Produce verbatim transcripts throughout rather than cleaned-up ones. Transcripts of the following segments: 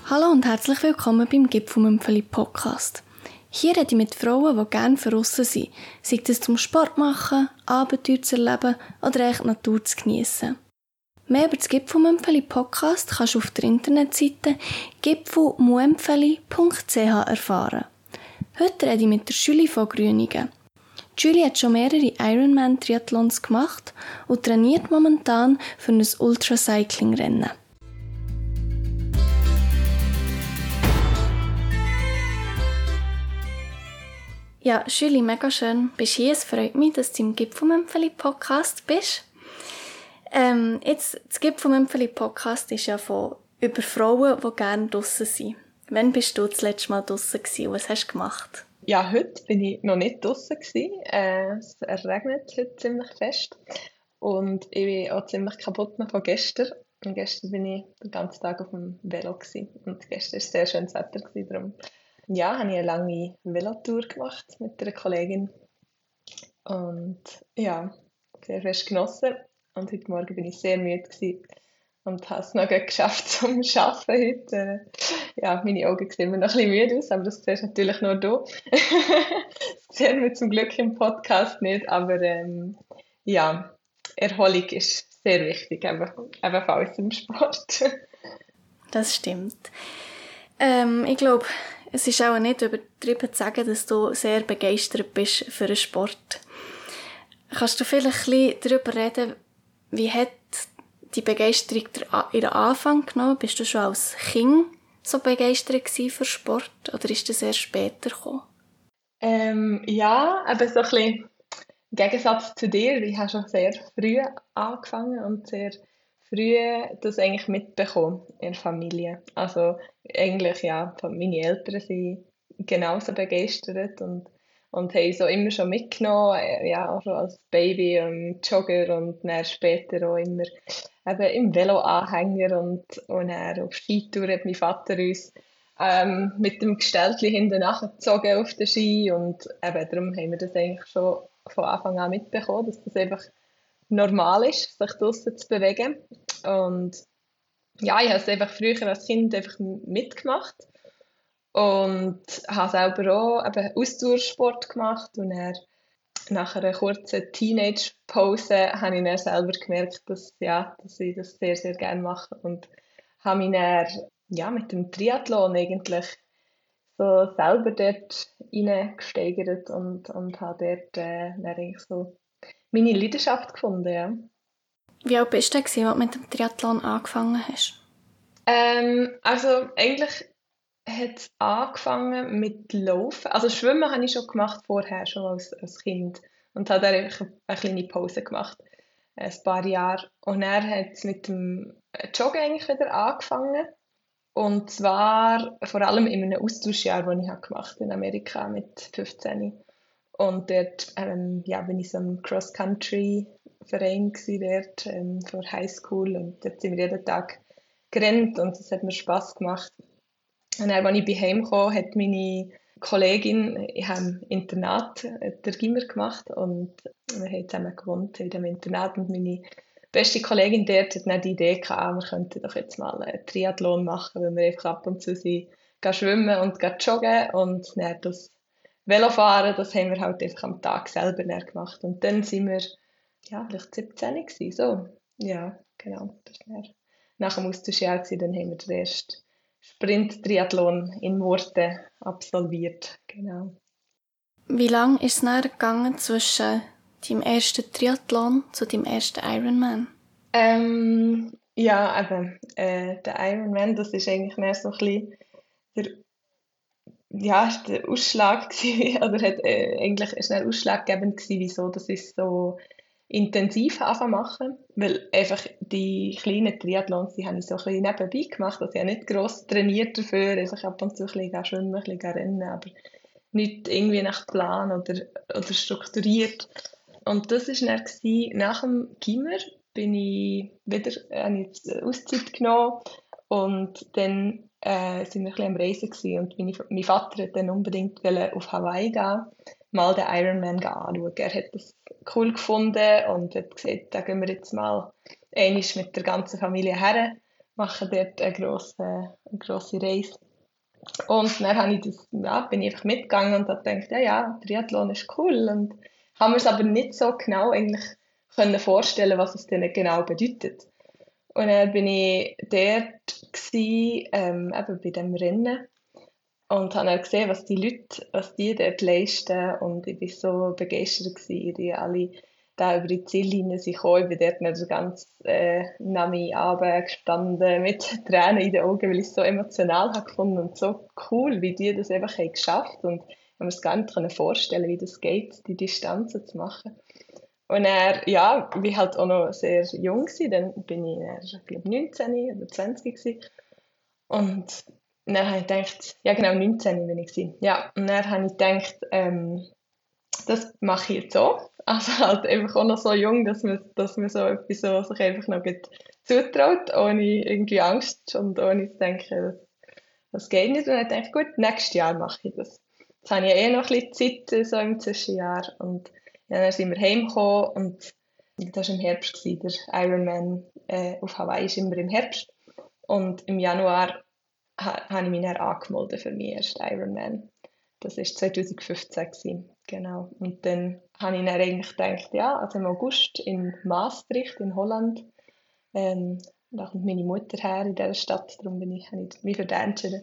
Hallo und herzlich willkommen beim Gipfelmümpfeli Podcast. Hier rede ich mit Frauen, die gerne draussen sind, sei es zum Sport machen, Abenteuer zu erleben oder echt die Natur zu geniessen. Mehr über das Gipfelmümpfeli Podcast kannst du auf der Internetseite gipfelmuempfeli punkt c h erfahren. Heute rede ich mit der Julie von Grüningen. Julie hat schon mehrere Ironman-Triathlons gemacht und trainiert momentan für ein Ultracycling-Rennen. Ja, Julie, mega schön, bist hier. Es freut mich, dass du im Gipfelmümpfeli-Podcast bist. Ähm, jetzt, das Gipfelmümpfeli-Podcast ist ja von über Frauen, die gerne draussen sind. Wann bist du das letzte Mal draussen gewesen? Was hast du gemacht? Ja, heute bin ich noch nicht draussen gewesen. Äh, es regnet heute ziemlich fest. Und ich bin auch ziemlich kaputt noch von gestern. Und gestern bin ich den ganzen Tag auf dem Velo gewesen. Und gestern war sehr schönes Wetter gewesen, darum. Ja, habe ich eine lange Velotour gemacht mit einer Kollegin. Und ja, sehr fest genossen. Und heute Morgen bin ich sehr müde gewesen und habe es noch geschafft zum Arbeiten heute. Ja, meine Augen sehen immer noch ein bisschen müde aus, aber das siehst du natürlich nur du. Das sehen wir zum Glück im Podcast nicht, aber ähm, ja, Erholung ist sehr wichtig, ebenfalls im Sport. Das stimmt. Ähm, ich glaube, es ist auch nicht übertrieben zu sagen, dass du sehr begeistert bist für den Sport. Kannst du vielleicht ein bisschen darüber reden, wie hat die Begeisterung ihren Anfang genommen? Bist du schon als Kind so begeistert für Sport oder ist das erst später gekommen? Ähm, ja, aber so ein bisschen im Gegensatz zu dir. Ich habe schon sehr früh angefangen und sehr früh das eigentlich mitbekommen in der Familie. Also eigentlich, ja, meine Eltern sind genauso begeistert und, und haben so immer schon mitgenommen, ja, auch schon als Baby und Jogger und dann später auch immer eben im Veloanhänger und, und dann auf Skitour hat mein Vater uns ähm, mit dem Gestelltchen hinten nachgezogen auf den Ski und eben darum haben wir das eigentlich schon von Anfang an mitbekommen, dass das einfach normal ist, sich draussen zu bewegen. Und ja, ich habe es einfach früher als Kind einfach mitgemacht und habe selber auch eben Ausdauersport gemacht und dann nach einer kurzen Teenage-Pause habe ich dann selber gemerkt, dass, ja, dass ich das sehr, sehr gerne mache und habe mich dann ja, mit dem Triathlon eigentlich so selber dort reingesteigert und, und habe dort äh, dann eigentlich so meine Leidenschaft gefunden, ja. Wie alt bist du denn, als du mit dem Triathlon angefangen hast? Ähm, also eigentlich hat es angefangen mit Laufen. Also Schwimmen habe ich schon gemacht vorher, schon als, als Kind. Und habe dann einfach eine kleine Pause gemacht, ein paar Jahre. Und dann hat es mit dem Joggen eigentlich wieder angefangen. Und zwar vor allem in einem Austauschjahr, das ich gemacht habe in Amerika mit fünfzehn. Und dort ähm, ja, bin ich so im Cross-Country-Verein dort, ähm, für Highschool. Und dort sind wir jeden Tag gerannt und es hat mir Spass gemacht. Und dann, als ich bei Heim kam, hat meine Kollegin, ich habe im Internat der Gimmer gemacht und wir haben zusammen gewohnt in diesem Internat und meine beste Kollegin dort hat dann die Idee gehabt, wir könnten doch jetzt mal einen Triathlon machen, weil wir einfach ab und zu sind, gehen schwimmen und gehen joggen und dann das Velofahren, das haben wir halt einfach am Tag selber gemacht. Und dann sind wir, ja, vielleicht siebzehn gewesen, so. Ja, genau, das war nach dem Austauschjahr gewesen, dann haben wir den ersten Sprint-Triathlon in Murten absolviert, genau. Wie lange ist es dann gegangen zwischen deinem ersten Triathlon zu deinem ersten Ironman? Ähm, ja, eben, äh, der Ironman, das ist eigentlich mehr so ein bisschen der, ja, ist der Ausschlag gewesen, oder hat, äh, eigentlich ist er ausschlaggebend gewesen, wieso das ist so intensiv anfangen machen, weil einfach die kleinen Triathlons, die habe ich so ein bisschen nebenbei gemacht, also ich habe nicht gross trainiert dafür, also ich ab und zu ein bisschen schwimmen, ein bisschen rennen, aber nicht irgendwie nach Plan oder, oder strukturiert. Und das war dann gewesen, nach dem Gimmer bin ich wieder, habe ich jetzt Auszeit genommen und dann äh, sind wir ein bisschen am Reisen gewesen und meine, mein Vater hat dann unbedingt auf Hawaii gehen, mal den Ironman anschauen. Er hat das cool gefunden und hat gesagt, da gehen wir jetzt mal einmal mit der ganzen Familie her. mache dort eine grosse, eine grosse Reise. Und dann habe ich das, ja, bin ich einfach mitgegangen und habe gedacht, ja, ja, Triathlon ist cool. Und habe mir es aber nicht so genau eigentlich können vorstellen, was es denn genau bedeutet. Und dann bin ich dort gewesen, ähm, eben bei dem Rennen und habe dann gesehen, was die Leute, was die dort leisten, und ich war so begeistert gewesen, die alle da über die Ziellinie sind gekommen. Ich bin dort nicht so ganz äh, nami Abend gestanden mit Tränen in den Augen, weil ich es so emotional habe gefunden und so cool, wie die das einfach haben geschafft, und ich konnte mir es gar nicht vorstellen, wie das geht, die Distanzen zu machen. Und er, ja, ich war halt auch noch sehr jung gewesen, dann bin ich, dann, ich glaube, neunzehn oder zwanzig gewesen. Und dann habe ich gedacht, ja genau, neunzehn bin ich gewesen. Ja, und dann habe ich gedacht, ähm, das mache ich jetzt so. Also halt einfach auch noch so jung, dass man, dass man so etwas so sich einfach noch gut zutraut, ohne irgendwie Angst und ohne zu denken, das geht nicht. Und dann dachte ich, gut, nächstes Jahr mache ich das. Jetzt habe ich ja eh noch ein bisschen Zeit so im Zwischenjahr. Und ja, dann sind wir heimgekommen und das war im Herbst, gewesen. Der Ironman äh, auf Hawaii ist immer im Herbst. Und im Januar ha, habe ich mich dann angemeldet für meinen ersten Ironman. Das war zwanzig fünfzehn gewesen. Genau. Und dann habe ich dann eigentlich gedacht, ja, also im August in Maastricht in Holland, ähm, da kommt meine Mutter her in dieser Stadt, darum bin ich, habe ich mich für den entschieden.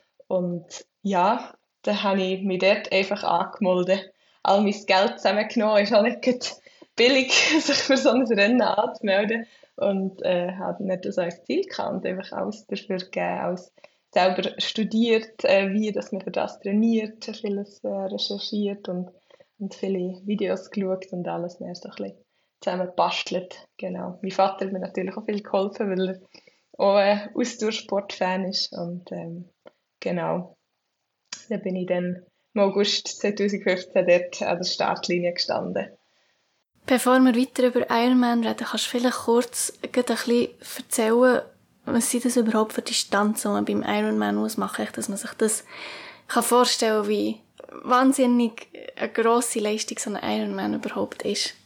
Und ja, dann habe ich mich dort einfach angemeldet. All mein Geld zusammengenommen, ist auch nicht gut billig, sich für so ein Rennen anzumelden. Und äh, habe nicht das als Ziel gehabt und einfach alles dafür gegeben, alles selber studiert, äh, wie dass man für das trainiert, vieles äh, recherchiert und, und viele Videos geschaut und alles mehr so ein bisschen zusammen gebastelt. Genau. Mein Vater hat mir natürlich auch viel geholfen, weil er auch ein Ausdauersport-Fan ist. Und ähm, genau, da bin ich dann im August zwanzig fünfzehn dort an der Startlinie gestanden. Bevor wir weiter über Ironman reden, kannst du vielleicht kurz ein bisschen erzählen, was sind das überhaupt für Distanzen, die man beim Ironman muss machen, dass man sich das kann vorstellen kann, wie wahnsinnig eine grosse Leistung so ein Ironman überhaupt ist.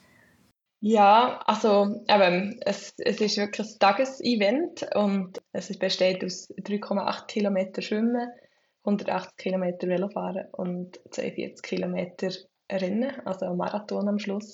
Ja, also eben, es, es ist wirklich ein Tagesevent und es besteht aus drei Komma acht Kilometer Schwimmen, hundertachtzig Kilometer Velofahren und zweiundvierzig Kilometer Rennen, also ein Marathon am Schluss.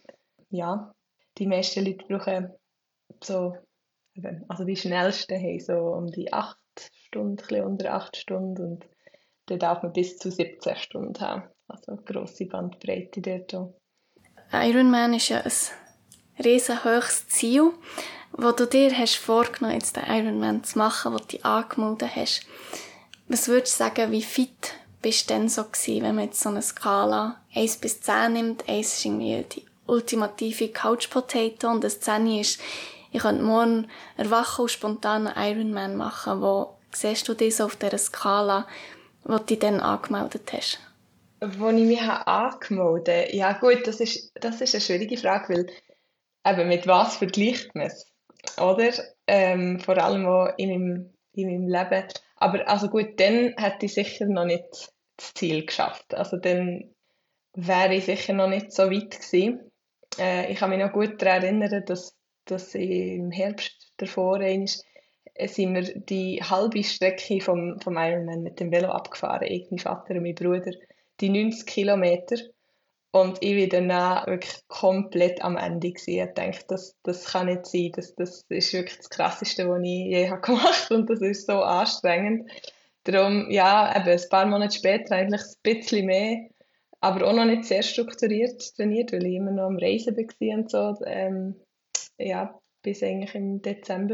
Ja, die meisten Leute brauchen so, also die schnellsten haben so um die acht Stunden, ein bisschen unter acht Stunden, und dann darf man bis zu siebzehn Stunden haben. Also eine grosse Bandbreite dort auch. Ironman ist ja ein riesen hohes Ziel, das du dir hast vorgenommen, jetzt den Ironman zu machen, den du dich angemeldet hast. Was würdest du sagen, wie fit bist du denn so gewesen, wenn man jetzt so eine Skala eins bis zehn nimmt? eins ist irgendwie die ultimative Couch Potato und das zehn ist, ich könnte morgen erwachen und spontan einen Ironman machen. Wo siehst du dich so auf dieser Skala, wo du dich dann angemeldet hast? Wo ich mich angemeldet habe? Ja gut, das ist, das ist eine schwierige Frage, weil eben mit was vergleicht man es, oder? Ähm, vor allem auch in meinem, in meinem Leben. Aber also gut, dann hätte ich sicher noch nicht das Ziel geschafft. Also dann wäre ich sicher noch nicht so weit gewesen. Äh, ich kann mich noch gut daran erinnern, dass, dass ich im Herbst davor einmal, äh, sind wir die halbe Strecke vom, vom Ironman mit dem Velo abgefahren, ich, mein Vater und mein Bruder, die neunzig Kilometer. Und ich war danach wirklich komplett am Ende gewesen. Ich dachte, das, das kann nicht sein. Das, das ist wirklich das Krasseste, was ich je gemacht habe. Und das ist so anstrengend. Darum, ja, eben ein paar Monate später eigentlich ein bisschen mehr, aber auch noch nicht sehr strukturiert trainiert, weil ich immer noch am Reisen war und so. Ähm, ja, bis eigentlich im Dezember.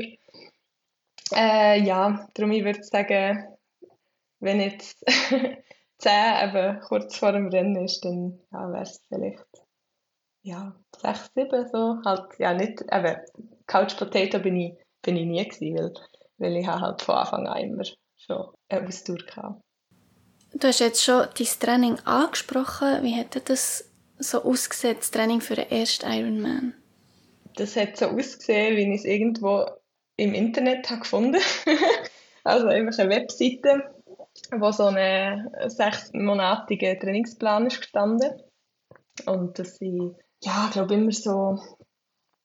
Äh, ja, darum ich würde sagen, wenn jetzt zehn eben kurz vor dem Rennen ist, dann ja, wäre es vielleicht ja, sechs, sieben so. Halt, ja, nicht, eben, Couch Potato bin ich, bin ich nie gewesen, weil, weil ich halt von Anfang an immer schon eine Ausdauer hatte. Du hast jetzt schon dein Training angesprochen. Wie hat das so ausgesehen, das Training für den ersten Ironman? Das hat so ausgesehen, wie ich es irgendwo im Internet habe gefunden habe. Also einfach eine Webseite, wo so ein sechsmonatiger Trainingsplan ist gestanden. Und das sind, ja, ich glaube immer so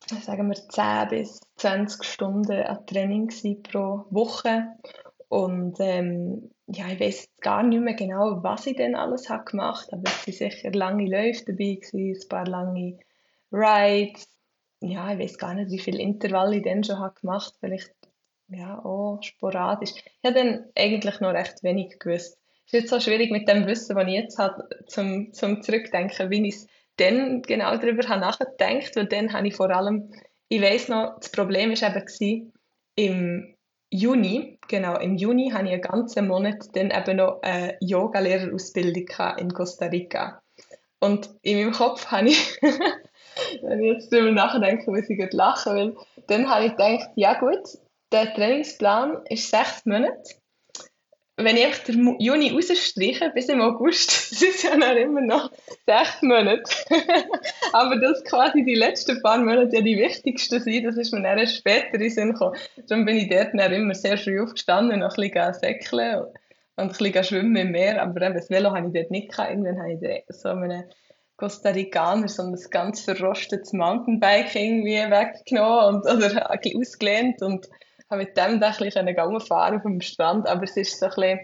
sagen wir, zehn bis zwanzig Stunden an Training pro Woche. Und ähm, ja, ich weiss gar nicht mehr genau, was ich denn alles habe gemacht habe, aber es waren sicher lange Läufe dabei, gewesen, ein paar lange Rides. Ja, ich weiss gar nicht, wie viele Intervalle ich dann schon habe gemacht habe, vielleicht ja, auch sporadisch. Ich habe dann eigentlich noch recht wenig gewusst. Es ist jetzt so schwierig mit dem Wissen, das ich jetzt habe, zum, zum Zurückdenken, wie ich es dann genau darüber habe nachgedacht, weil dann habe ich vor allem, ich weiss noch, das Problem war eben gewesen, im Juni, genau, im Juni habe ich einen ganzen Monat dann eben noch eine Yoga-Lehrerausbildung gehabt in Costa Rica. Und in meinem Kopf habe ich, wenn ich jetzt darüber nachdenke, muss ich gerade lachen, weil dann habe ich gedacht, ja gut, der Trainingsplan ist sechs Monate. Wenn ich einfach den Mu- Juni rausstreiche, bis im August, das ist ja dann immer noch sechs Monate. Aber dass quasi die letzten paar Monate ja die wichtigsten sind, das ist mir dann erst später in den Sinn gekommen. Darum bin ich dort dann immer sehr früh aufgestanden, noch ein bisschen säckeln und ein bisschen schwimmen im Meer. Aber eben das Velo habe ich dort nicht gehabt. Irgendwann habe ich dort so einen Costa Ricaner so ein ganz verrostetes Mountainbike irgendwie weggenommen und, oder ein bisschen ausgelehnt und habe mit dem dann ein bisschen gegangen fahren auf dem Strand, aber es ist so ein bisschen,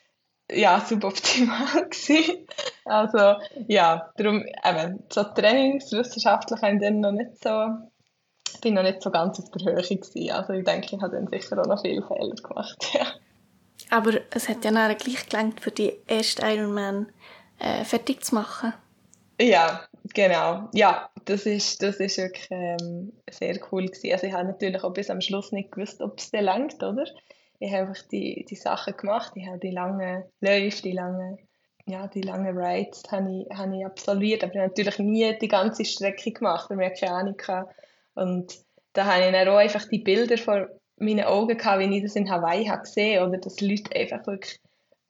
ja, suboptimal gewesen. Also, ja, darum, eben, so trainingswissenschaftlich habe ich dann noch nicht so, bin noch nicht so ganz auf der Höhe gewesen. Also, ich denke, ich habe dann sicher auch noch viele Fehler gemacht, ja. Aber es hat ja nachher gleich gelangt, für die erste Ironman äh, fertig zu machen. Ja, genau. Ja, das ist, das ist wirklich ähm, sehr cool gewesen. Also ich habe natürlich auch bis am Schluss nicht gewusst, ob es dann reicht, oder? Ich habe einfach die, die Sachen gemacht. Ich habe die langen Läufe, die langen, ja, die langen Rides habe ich, habe ich absolviert, aber ich habe natürlich nie die ganze Strecke gemacht, weil wir keine Ahnung hatten. Und da habe ich dann auch einfach die Bilder vor meinen Augen gehabt, wie ich das in Hawaii habe gesehen, oder dass Leute einfach wirklich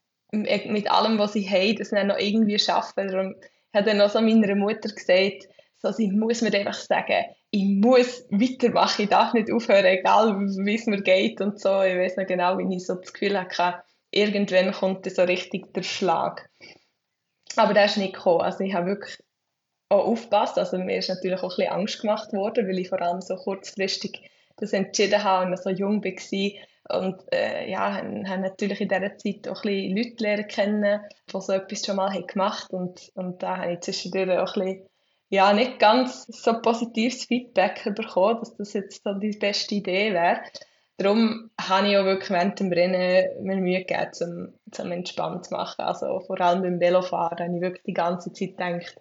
mit allem, was sie haben, das dann noch irgendwie schaffen. Darum hat er noch so meiner Mutter gesagt, so, sie muss mir einfach sagen, ich muss weitermachen, ich darf nicht aufhören, egal wie es mir geht und so. Ich weiß noch genau, wie ich so das Gefühl hatte, irgendwann kommt so richtig der Schlag. Aber der ist nicht gekommen. Also ich habe wirklich auch aufgepasst. Also mir ist natürlich auch ein bisschen Angst gemacht worden, weil ich vor allem so kurzfristig das entschieden habe und so jung war. Und äh, ja, haben, haben natürlich in dieser Zeit auch ein bisschen Leute lernen kennen, die so etwas schon mal haben gemacht haben. Und, und da habe ich zwischendurch auch ein bisschen, ja, nicht ganz so positives Feedback bekommen, dass das jetzt so die beste Idee wäre. Darum habe ich auch wirklich während dem Rennen mir Mühe gegeben, zum, zum entspannt zu machen. Also vor allem beim Velofahren habe ich wirklich die ganze Zeit gedacht,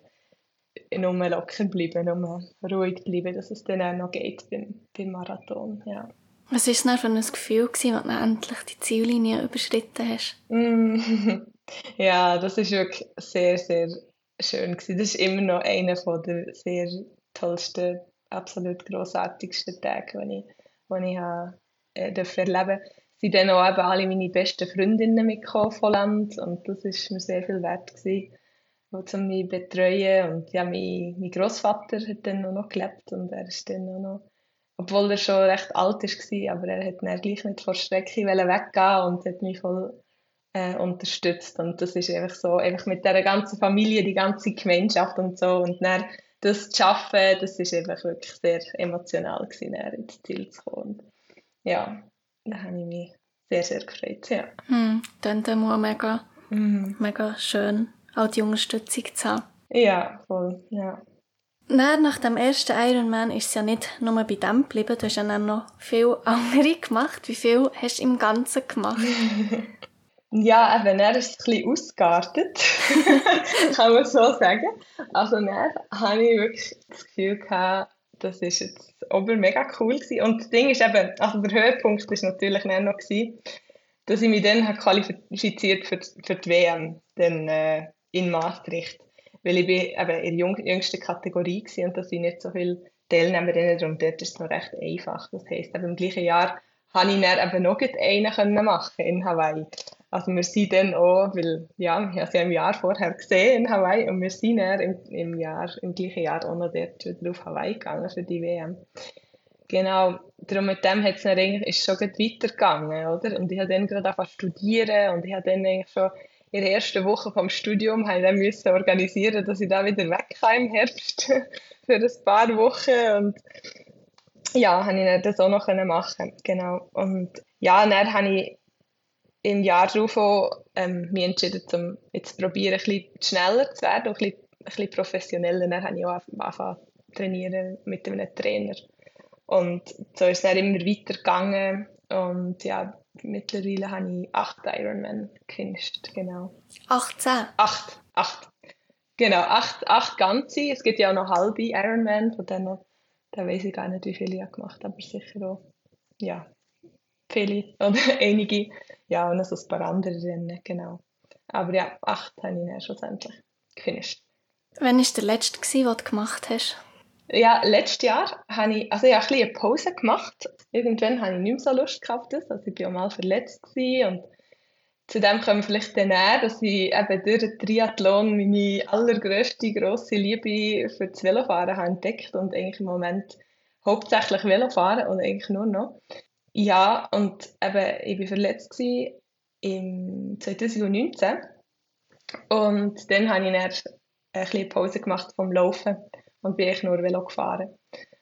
nur locker bleiben, nur ruhig bleiben, dass es dann auch noch geht beim, beim Marathon. Ja. Was war es denn für ein Gefühl, gewesen, als du endlich die Ziellinie überschritten hast? Mm. Ja, das ist wirklich sehr, sehr schön gewesen. Das ist immer noch einer der sehr tollsten, absolut grossartigsten Tage, die ich, die ich habe, äh, durfte erleben durfte. Es sind dann auch eben alle meine besten Freundinnen mitgekommen von Land und das war mir sehr viel wert gewesen, um mich zu betreuen. Und ja, mein, mein Grossvater hat dann auch noch gelebt und er ist dann auch noch, obwohl er schon recht alt war, aber er hat dann gleich nicht von der Strecke weggehen und hat mich voll äh, unterstützt. Und das ist einfach so, einfach mit dieser ganzen Familie, die ganze Gemeinschaft und so. Und dann das zu schaffen, das ist einfach wirklich sehr emotional gewesen, dann ins Ziel zu kommen. Und ja, da habe ich mich sehr, sehr gefreut, ja. Hm, dann war mega, Mhm. mega schön, auch die Unterstützung zu haben. Ja, voll, ja. Dann, nach dem ersten Ironman ist es ja nicht nur bei dem geblieben, du hast ja dann noch viele andere gemacht. Wie viel hast du im Ganzen gemacht? Ja, eben, er ist ein bisschen ausgeartet, kann man so sagen. Also dann habe ich wirklich das Gefühl gehabt, das ist jetzt aber mega cool gewesen. Und das Ding ist eben, also der Höhepunkt war natürlich dann noch gewesen, dass ich mich dann habe qualifiziert für, für die W M dann, äh, in Maastricht. Weil ich bin eben in der jung, jüngsten Kategorie war und da sind nicht so viele Teilnehmerinnen, darum dort ist es noch recht einfach. Das heisst, eben im gleichen Jahr konnte ich dann eben noch einen können machen in Hawaii. Also wir sind dann auch, weil ja, ich habe es ja im Jahr vorher gesehen in Hawaii und wir sind dann im, im, Jahr, im gleichen Jahr auch noch dort wieder auf Hawaii gegangen für die W M. Genau, darum mit dem hat's dann eigentlich, ist es schon gleich weitergegangen, oder? Und ich habe dann gerade angefangen zu studieren und ich habe dann eigentlich schon in der ersten Woche vom Studium habe ich dann müssen organisieren, dass ich da wieder weg kann im Herbst für ein paar Wochen und ja, habe ich dann das auch noch machen, genau. Und ja, dann habe ich im Jahr darauf auch, ähm, mich entschieden, um jetzt zu probieren, ein bisschen schneller zu werden und ein bisschen, ein bisschen professioneller. Dann habe ich auch angefangen zu trainieren mit einem Trainer. Und so ist es dann immer weitergegangen. Und ja, mittlerweile habe ich acht Ironman gefinisht, genau. achtzehn? Acht, acht. Genau, acht, acht ganze. Es gibt ja auch noch halbe Ironman, von denen, da weiß ich gar nicht, wie viele ich habe gemacht habe, aber sicher auch, ja, viele oder einige. Ja, und noch so ein paar andere Rennen, genau. Aber ja, acht habe ich dann schlussendlich gefinisht. Wann war der letzte, den du gemacht hast? Ja, letztes Jahr habe ich, also ich habe ein bisschen eine Pause gemacht. Irgendwann habe ich nicht mehr so Lust gehabt, das. Also ich war auch mal verletzt gewesen und zu dem kommen wir vielleicht dann näher, dass ich eben durch den Triathlon meine allergrösste grosse Liebe für das Velofahren habe entdeckt und eigentlich im Moment hauptsächlich Velofahren und eigentlich nur noch. Ja, und eben, ich war verletzt gewesen im zwanzig neunzehn und dann habe ich dann eine kleine Pause gemacht vom Laufen und bin eigentlich nur Velo gefahren.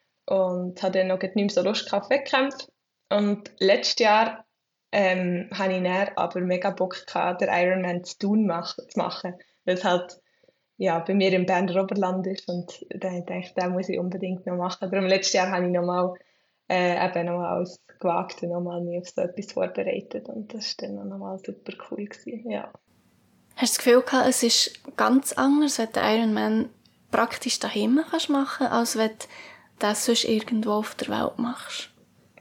Und hatte dann noch nicht mehr so Lust auf Wettkämpfe. Und letztes Jahr ähm, hatte ich dann aber mega Bock gehabt, den Ironman zu tun mach, zu machen, weil es halt ja, bei mir im Berner Oberland ist und da habe ich gedacht, den muss ich unbedingt noch machen. Darum letztes Jahr habe ich nochmal äh, eben nochmal alles gewagt und nochmal mich auf so etwas vorbereitet und das war dann nochmal super cool gewesen, ja. Hast du das Gefühl gehabt, es ist ganz anders, wenn du den Ironman praktisch daheim machen kannst, als wenn du das sonst irgendwo auf der Welt machst?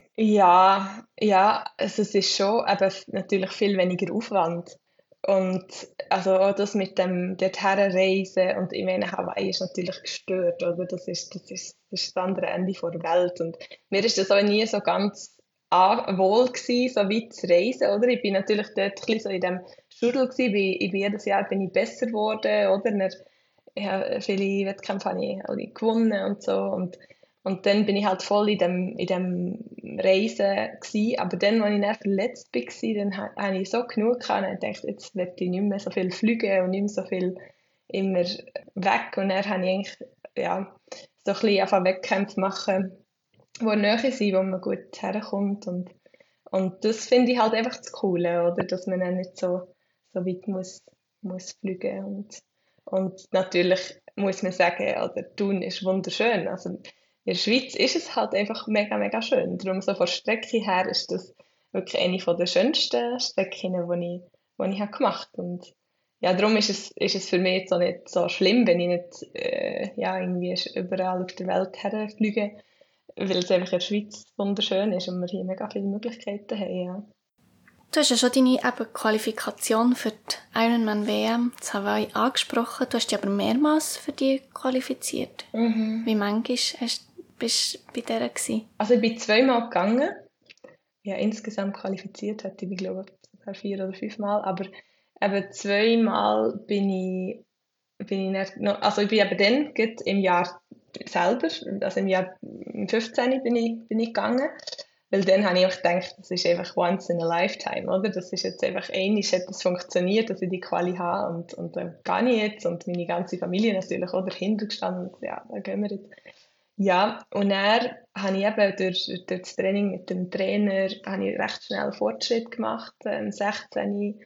Ja, ja, also es ist schon eben natürlich viel weniger Aufwand. Und also auch das mit dem dorthin reisen und ich meine, Hawaii ist natürlich gestört, oder? Das ist, das ist, das ist das andere Ende der Welt. Und mir ist das auch nie so ganz a- wohl gewesen, so weit zu reisen, oder? Ich bin natürlich dort ein bisschen so in dem Strudel gewesen, ich, ich bin jedes Jahr bin ich besser geworden, oder? Dann, ja, viele Wettkämpfe habe ich alle gewonnen und so. Und und dann bin ich halt voll in dem, in dem Reisen gewesen. Aber dann, als ich dann verletzt war, dann ha- habe ich so genug gehabt und dachte, jetzt will ich nicht mehr so viel fliegen und nicht mehr so viel immer weg. Und dann habe ich eigentlich, ja, so ein bisschen einfach Wettkämpfe machen, die in der Nähe sind, wo man gut herkommt. Und, und das finde ich halt einfach das Coole, oder? Dass man dann nicht so, so weit muss, muss fliegen. Und, und natürlich muss man sagen, oder Thun ist wunderschön. Also in der Schweiz ist es halt einfach mega, mega schön. Darum so von der Strecke her ist das wirklich eine der schönsten Strecken, die ich, die ich habe gemacht habe. Und ja, darum ist es, ist es für mich jetzt auch nicht so schlimm, wenn ich nicht äh, ja, irgendwie überall auf der Welt herfliege, weil es einfach in der Schweiz wunderschön ist und wir hier mega viele Möglichkeiten haben. Ja. Du hast ja schon deine eben Qualifikation für die Ironman W M zu Hawaii angesprochen. Du hast dich aber mehrmals für die qualifiziert. Mhm. Wie manchmal hast, bist du bei dieser gewesen? Also ich bin zweimal gegangen. Ja, insgesamt qualifiziert hätte ich mich, glaube ich, sogar vier oder fünf Mal. Aber eben zweimal bin ich, bin ich nicht noch, also ich bin eben dann gerade im Jahr selber, also im Jahr fünfzehn bin ich, bin ich gegangen. Weil dann habe ich auch gedacht, das ist einfach once in a lifetime, oder? Das ist jetzt einfach einmal hat das funktioniert, dass ich die Quali habe und, und dann gehe ich jetzt und meine ganze Familie natürlich auch dahinter gestanden und ja, da gehen wir jetzt. Ja, und dann habe ich eben durch, durch das Training mit dem Trainer habe ich recht schnell Fortschritt gemacht, im sechzehn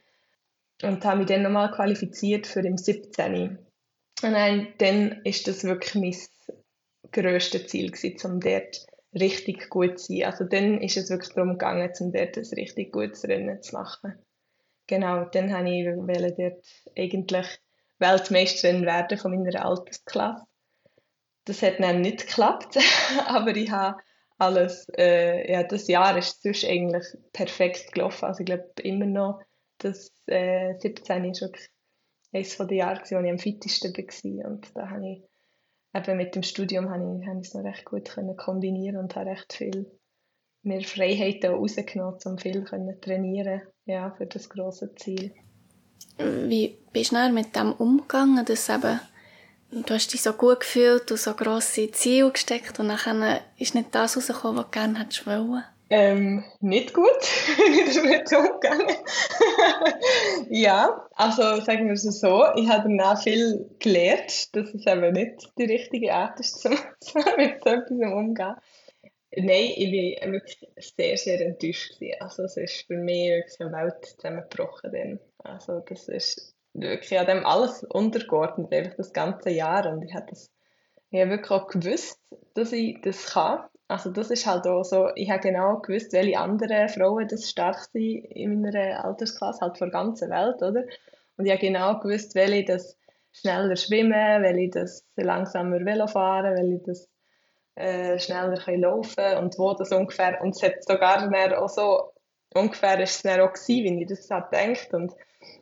und habe mich dann nochmal qualifiziert für im siebzehn. Und dann, dann ist das wirklich mein grösstes Ziel gewesen, um dort richtig gut zu sein. Also dann ist es wirklich darum gegangen, um dort ein richtig gutes Rennen zu machen. Genau, dann wollte ich dort eigentlich Weltmeisterin werden von meiner Altersklasse. Das hat dann nicht geklappt, aber ich habe alles, äh, ja, das Jahr ist sonst eigentlich perfekt gelaufen. Also ich glaube immer noch, dass äh, siebzehn ist wirklich eines der Jahre, wo ich am fittesten war. Und da habe ich eben mit dem Studium habe ich, habe ich es noch recht gut können kombinieren und habe recht viel mehr Freiheiten rausgenommen, um viel können trainieren, ja, für das grosse Ziel. Wie bist du dann mit dem umgegangen, dass eben, du hast dich so gut gefühlt und so grosse Ziele gesteckt und dann ist nicht das rausgekommen, was du gerne hättest wollen? Ähm, nicht gut, bin ich damit umgegangen. Ja, also sagen wir es so, ich habe danach viel gelernt, dass es eben nicht die richtige Art ist, um mit so etwas umzugehen. Nein, ich war wirklich sehr, sehr enttäuscht gewesen. Also es ist für mich wirklich eine Welt zusammengebrochen dann. Also das ist wirklich an dem alles untergeordnet, einfach das ganze Jahr. Und ich habe das, ich habe wirklich auch gewusst, dass ich das kann. Also das ist halt auch so, ich habe genau gewusst, welche anderen Frauen das stark sind in meiner Altersklasse, halt von der ganzen Welt, oder? Und ich habe genau gewusst, welche das schneller schwimmen, welche das langsamer Velo fahren, welche das äh, schneller können laufen und wo das ungefähr, und es hat sogar dann auch so, ungefähr ist es dann auch gewesen, wie ich das habe gedacht und,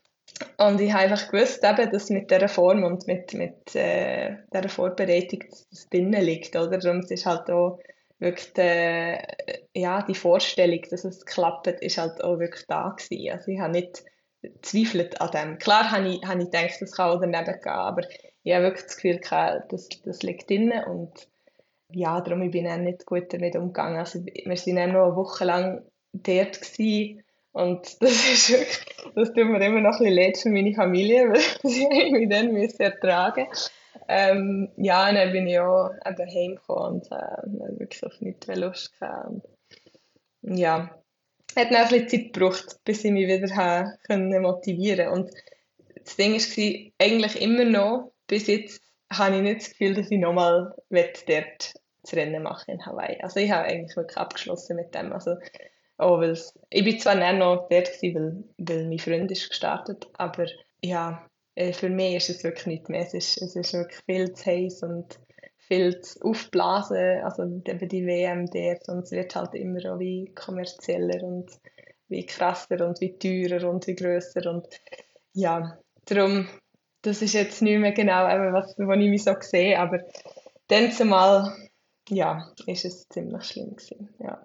und ich habe einfach gewusst, eben, dass mit dieser Form und mit, mit äh, dieser Vorbereitung das drinnen liegt, oder? Darum ist halt auch wirklich die, ja, die Vorstellung, dass es klappt, ist halt auch wirklich da gewesen. Also ich habe nicht gezweifelt an dem. Klar habe ich, habe ich gedacht, das kann auch daneben gehen, aber ich habe wirklich das Gefühl gehabt, das, das liegt drin und ja, darum ich bin ich auch nicht gut damit umgegangen. Also, wir waren dann noch eine Woche lang dort gewesen. Und das ist wirklich, das tut mir immer noch ein bisschen leid für meine Familie, weil sie mich dann müssen ertragen ähm, ja, und dann bin ich auch eben heimgekommen und äh, dann wirklich auf nichts mehr Lust gehabt. Und, ja, hat dann auch ein bisschen Zeit gebraucht, bis ich mich wieder habe können motivieren konnte. Und das Ding war eigentlich immer noch, bis jetzt habe ich nicht das Gefühl, dass ich nochmal dort das Rennen machen in Hawaii. Also ich habe eigentlich wirklich abgeschlossen mit dem. Also, auch weil's, ich bin zwar nicht noch dort gewesen, weil, weil mein Freund ist gestartet, aber ja, äh, für mich ist es wirklich nicht mehr. Es ist, es ist wirklich viel zu heiß und viel zu aufblasen, also eben die W M dort, und es wird halt immer auch wie kommerzieller und wie krasser und wie teurer und wie grösser und ja, darum, das ist jetzt nicht mehr genau eben, was, wo ich mich so sehe, aber dann zumal, ja, ist es ziemlich schlimm gewesen, ja.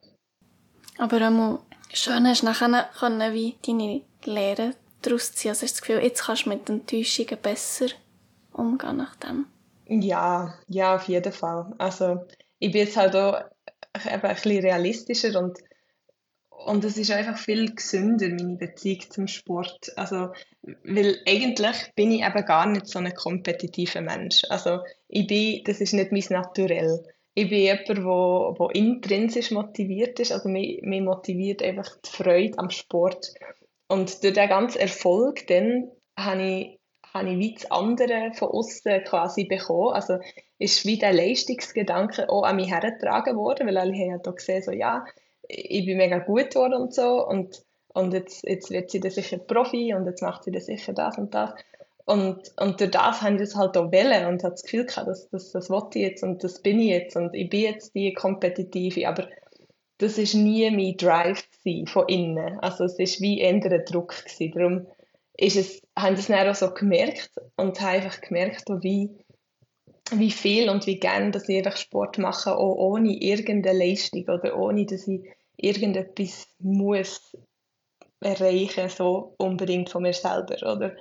Aber einmal schön hast du nachher können, wie deine Lehre daraus ziehen. Also hast du das Gefühl, jetzt kannst du mit Enttäuschungen besser umgehen nach dem? Ja, ja, auf jeden Fall. Also ich bin jetzt halt auch eben ein bisschen realistischer und, und es ist einfach viel gesünder, meine Beziehung zum Sport. Also, weil eigentlich bin ich eben gar nicht so ein kompetitiver Mensch. Also ich bin, das ist nicht mein Naturell. Ich bin jemand, der wo, wo intrinsisch motiviert ist. Also mich, mich motiviert einfach die Freude am Sport. Und durch den ganzen Erfolg dann habe ich, habe ich wie das andere von außen quasi bekommen. Also ist wie der Leistungsgedanke auch an mich hergetragen worden, weil alle haben ja da gesehen, so, ja, ich bin mega gut geworden und so und, und jetzt, jetzt wird sie dann sicher Profi und jetzt macht sie dann sicher das und das. Und, und durch das habe ich das halt auch wollen und habe das Gefühl gehabt, das, das, das will ich jetzt und das bin ich jetzt und ich bin jetzt die Kompetitive, aber das war nie mein Drive gewesen, von innen. Also es war wie eher ein Druck gewesen. Darum ist es, haben das dann auch so gemerkt und habe einfach gemerkt, wie, wie viel und wie gerne dass ich einfach Sport mache, auch ohne irgendeine Leistung oder ohne, dass ich irgendetwas muss erreichen, so unbedingt von mir selber, oder?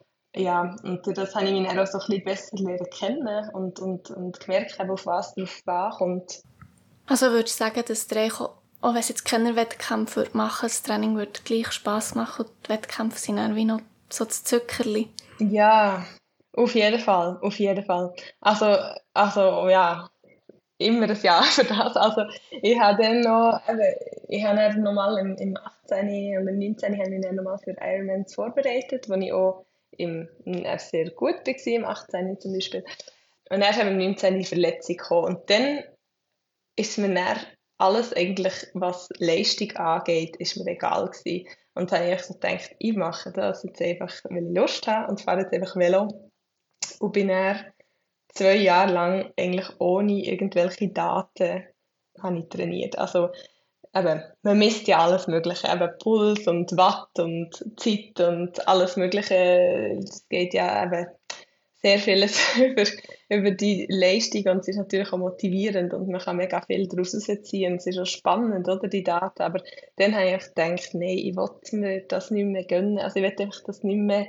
Ja, und durch das habe ich mich dann auch so ein bisschen besser lernen kennen und, und, und gemerkt, auf was drauf ankommt. Also würdest du sagen, dass der auch, auch wenn es jetzt keine Wettkämpfe machen würde, das Training würde gleich Spass machen und die Wettkämpfe sind dann wie noch so das Zuckerli? Ja, auf jeden Fall, auf jeden Fall. Also, also ja, immer ein Ja für das. Also ich habe dann noch, eben, ich habe dann nochmal im, im achtzehn und im neunzehn habe ich mich dann nochmal für Ironman vorbereitet, wo ich auch im, im sehr gut war, im achtzehn zum Beispiel. Und dann kam im neunzehn die Verletzung gekommen. Und dann ist mir dann alles eigentlich, was Leistung angeht, ist mir egal gewesen. Und dann habe ich so gedacht, ich mache das jetzt einfach, weil ich Lust habe und fahre jetzt einfach Velo. Und bin dann zwei Jahre lang eigentlich ohne irgendwelche Daten habe ich trainiert. Also eben, man misst ja alles Mögliche, eben Puls und Watt und Zeit und alles Mögliche. Es geht ja eben sehr vieles über, über die Leistung und es ist natürlich auch motivierend und man kann mega viel daraus ziehen und es ist auch spannend, oder, die Daten, aber dann habe ich einfach gedacht, nein, ich will mir das nicht mehr gönnen, also ich will einfach das nicht mehr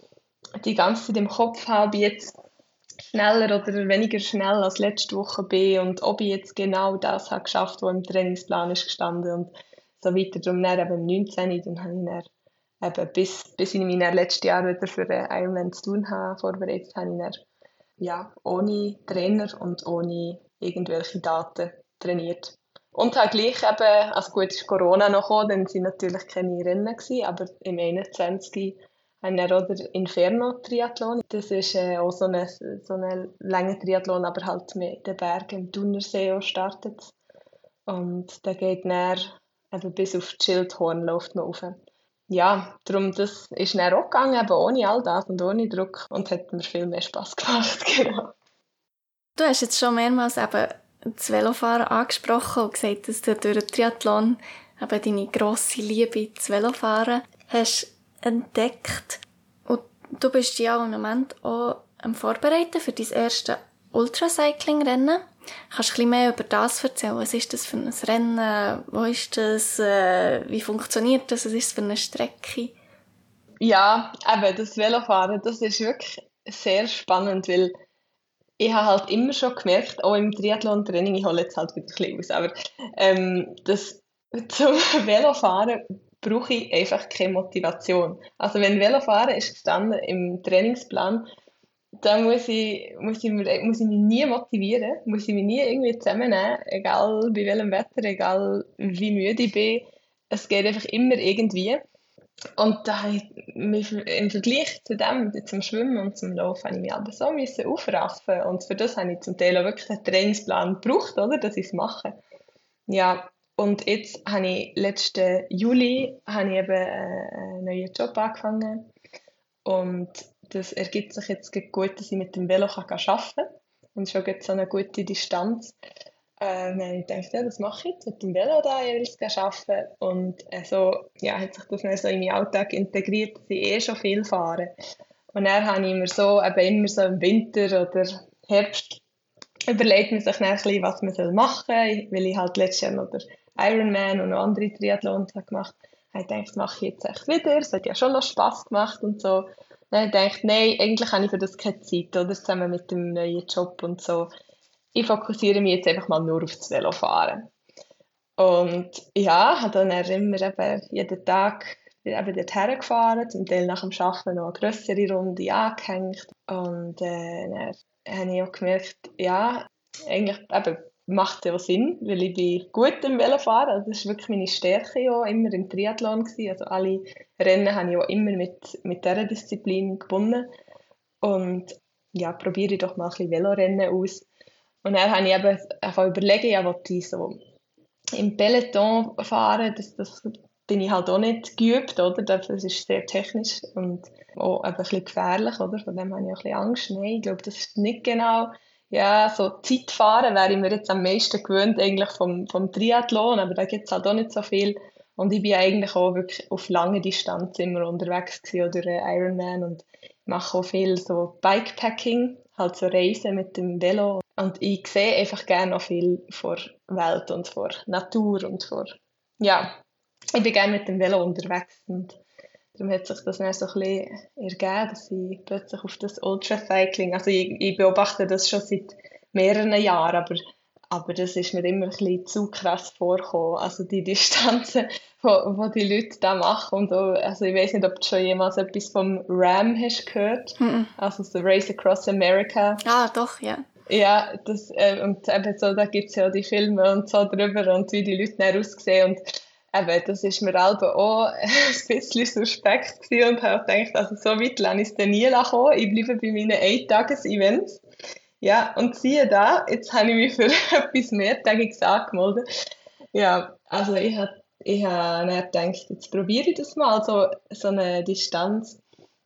die ganze Zeit im Kopf haben, ob ich jetzt schneller oder weniger schnell als letzte Woche bin und ob ich jetzt genau das habe geschafft, was im Trainingsplan ist gestanden und so weiter. Darum dann eben im neunzehn, dann habe ich dann eben bis, bis ich mich dann letztes Jahr wieder für den Ironman zu tun habe, vorbereitet habe ich dann, ja, ohne Trainer und ohne irgendwelche Daten trainiert. Und habe gleich eben, also gut, ist Corona noch gekommen, dann waren natürlich keine Rennen gewesen, aber im einundzwanzig haben wir auch den Inferno-Triathlon. Das ist äh, auch so ein so eine langer Triathlon, aber halt mit den Bergen im Thunersee auch startet. Und der geht dann eben bis auf die Schildhorn läuft man rauf. Ja, darum, das ist dann auch gegangen, eben ohne all das und ohne Druck und hat mir viel mehr Spass gemacht, genau. Du hast jetzt schon mehrmals eben das Velofahren angesprochen und gesagt, dass du durch den Triathlon eben deine grosse Liebe das Velofahren hast entdeckt. Und du bist ja im Moment auch am Vorbereiten für dein erste Ultracycling-Rennen. Kannst du ein bisschen mehr über das erzählen? Was ist das für ein Rennen? Wo ist das? Wie funktioniert das? Was ist das für eine Strecke? Ja, eben, das Velofahren, das ist wirklich sehr spannend, weil ich habe halt immer schon gemerkt, auch im Triathlon-Training, ich hole jetzt halt wieder ein bisschen aus, aber ähm, das, zum Velofahren brauche ich einfach keine Motivation. Also wenn Velofahren ist gestanden im Trainingsplan, dann muss ich, muss, ich mir, muss ich mich nie motivieren, muss ich mich nie irgendwie zusammennehmen, egal bei welchem Wetter, egal wie müde ich bin. Es geht einfach immer irgendwie. Und da habe ich mich im Vergleich zu dem, zum Schwimmen und zum Laufen, habe ich mich aber so müssen aufraffen. Und für das habe ich zum Teil auch wirklich einen Trainingsplan gebraucht, oder, dass ich es mache. Ja, und jetzt habe ich letzten Juli habe ich eben einen neuen Job angefangen. Und das ergibt sich jetzt gut, dass ich mit dem Velo arbeiten kann. Und schon gibt so eine gute Distanz. Äh, dann habe ich gedacht, ja, das mache ich jetzt mit dem Velo da jeweils arbeiten. Und äh, so ja, hat sich das dann so in meinen Alltag integriert, dass ich eh schon viel fahre. Und dann habe ich mir so, eben immer so im Winter oder Herbst überlegt man sich dann ein bisschen, was man machen soll, weil ich halt letztes Jahr noch den Ironman und noch andere Triathlons gemacht habe. Ich dachte, das mache ich jetzt echt wieder, es hat ja schon noch Spass gemacht und so. Dann habe ich gedacht, nein, eigentlich habe ich für das keine Zeit, oder, zusammen mit dem neuen Job und so. Ich fokussiere mich jetzt einfach mal nur auf das Velofahren. Und ja, habe dann immer eben jeden Tag eben dorthin gefahren, zum Teil nach dem Arbeiten noch eine grössere Runde angehängt. Und äh, dann habe ich auch gemerkt, ja, eigentlich eben, macht ja auch Sinn, weil ich bin gut im Velofahren. Also das war wirklich meine Stärke auch, immer im Triathlon gewesen. Also alle Rennen habe ich auch immer mit, mit dieser Disziplin gewonnen. Und ja, probiere ich doch mal ein bisschen Velorennen aus. Und dann habe ich eben einfach überlegt, ja, wollte ich so im Peloton fahren, das, das bin ich halt auch nicht geübt, oder? Das ist sehr technisch und auch ein bisschen gefährlich, oder? Von dem habe ich auch ein bisschen Angst. Nein, ich glaube, das ist nicht genau, ja, so Zeitfahren wäre ich mir jetzt am meisten gewöhnt, eigentlich vom, vom Triathlon, aber da gibt es halt auch nicht so viel. Und ich bin eigentlich auch wirklich auf lange Distanz immer unterwegs gewesen, oder Ironman, und mache auch viel so Bikepacking, halt so Reisen mit dem Velo. Und ich sehe einfach gerne noch viel vor Welt und vor Natur und vor, ja, ich bin gerne mit dem Velo unterwegs und darum hat sich das dann so ein bisschen ergeben, dass ich plötzlich auf das Ultracycling, also ich, ich beobachte das schon seit mehreren Jahren, aber, aber das ist mir immer ein bisschen zu krass vorgekommen, also die Distanzen, die die Leute da machen und auch, also ich weiß nicht, ob du schon jemals etwas vom RAM hast gehört, Mhm. also so Race Across America. Ah, doch, ja. Ja, das, äh, und eben so, da gibt es ja die Filme und so drüber und wie die Leute dann aussehen und eben, das ist mir selber auch ein bisschen suspekt gewesen und habe gedacht, also so weit lasse ich es dann nie kommen, ich bleibe bei meinen Ein-Tages-Events. Ja, und siehe da, jetzt habe ich mich für etwas Mehrtägiges angemeldet. Ja, also ich habe ich hab dann gedacht, jetzt probiere ich das mal, so, so eine Distanz.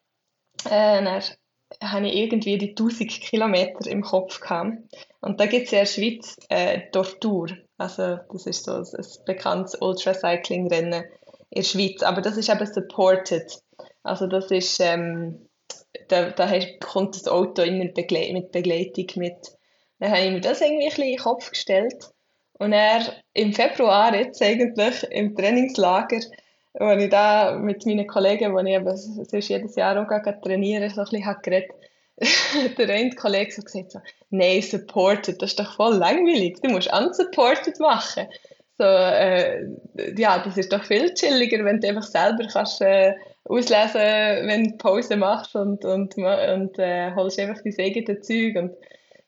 Äh, dann habe ich irgendwie die tausend Kilometer im Kopf gehabt. Und da gibt es ja in der Schweiz äh, Tortur. Also das ist so ein, ein bekanntes Ultracycling-Rennen in der Schweiz. Aber das ist eben supported. Also das ist, ähm, da, da hast, kommt das Auto immer begle mit Begleitung mit. Dann habe ich mir das irgendwie ein bisschen in den Kopf gestellt. Und er im Februar jetzt eigentlich im Trainingslager, wo ich da mit meinen Kollegen, wo ich eben sonst jedes Jahr auch gehe, trainiere, so ein bisschen habe geredet, der eine Kollege so gesagt so, nein, supported, das ist doch voll langweilig, du musst unsupported machen. So, äh, ja, das ist doch viel chilliger, wenn du einfach selber kannst äh, auslesen, wenn du Pause machst und, und, und äh, holst einfach dein eigenes Zeug. Und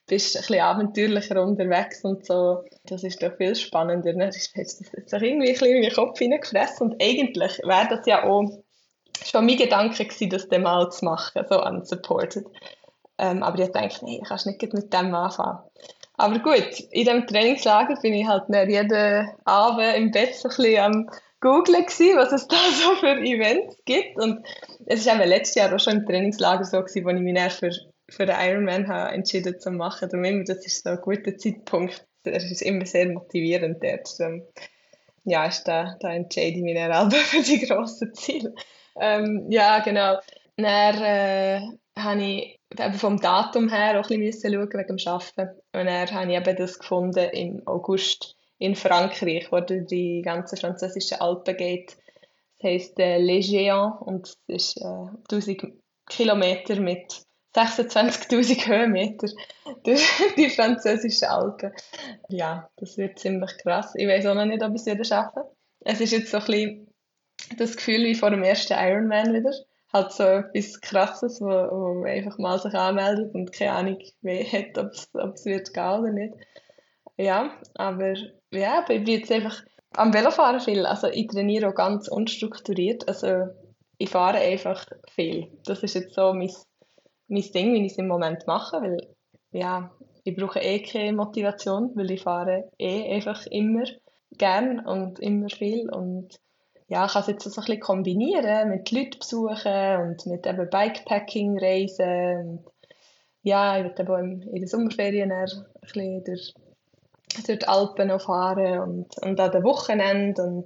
bist ein bisschen abenteuerlicher unterwegs und so. Das ist doch viel spannender. Ne? Das ist das jetzt auch irgendwie ein bisschen in den Kopf hineingefressen. Und eigentlich wäre das ja auch schon mein Gedanke gewesen, das dann mal zu machen, so unsupported. Ähm, aber ich dachte, nee, kannst nicht mit dem anfangen. Aber gut, in diesem Trainingslager bin ich halt dann jeden Abend im Bett so ein bisschen am Googlen gewesen, was es da so für Events gibt. Und es war eben letztes Jahr auch schon im Trainingslager so gewesen, wo ich mich dann für, für den Ironman habe entschieden zu machen. Darum immer, das ist so ein guter Zeitpunkt. Es ist immer sehr motivierend dort. Darum, ja, ist da, da entscheide ich mich dann auch für die grossen Ziele. Ähm, ja, genau. Dann äh, habe ich eben vom Datum her auch ein bisschen schauen wegen dem Arbeiten. Und dann habe ich eben das gefunden im August in Frankreich, wo durch die ganzen französischen Alpen geht. Das heisst äh, Les Géants und es ist äh, tausend Kilometer mit sechsundzwanzigtausend Höhenmeter durch die französischen Alpen. Ja, das wird ziemlich krass. Ich weiß auch noch nicht, ob ich es wieder schaffe. Es ist jetzt so ein bisschen das Gefühl wie vor dem ersten Ironman wieder. Halt so etwas Krasses, wo, wo man einfach mal sich anmeldet und keine Ahnung mehr hat, ob es wird gehen oder nicht. Ja, aber ja, aber ich bin jetzt einfach am Velofahren viel. Also ich trainiere auch ganz unstrukturiert. Also ich fahre einfach viel. Das ist jetzt so mein, mein Ding, wie ich es im Moment mache, weil ja, ich brauche eh keine Motivation, weil ich fahre eh einfach immer gern und immer viel und ja, ich kann es jetzt so ein bisschen kombinieren mit Leuten besuchen und mit eben Bikepacking-Reisen. Und ja, ich werde eben in den Sommerferien ein bisschen durch, durch die Alpen noch fahren und, und an den Wochenenden und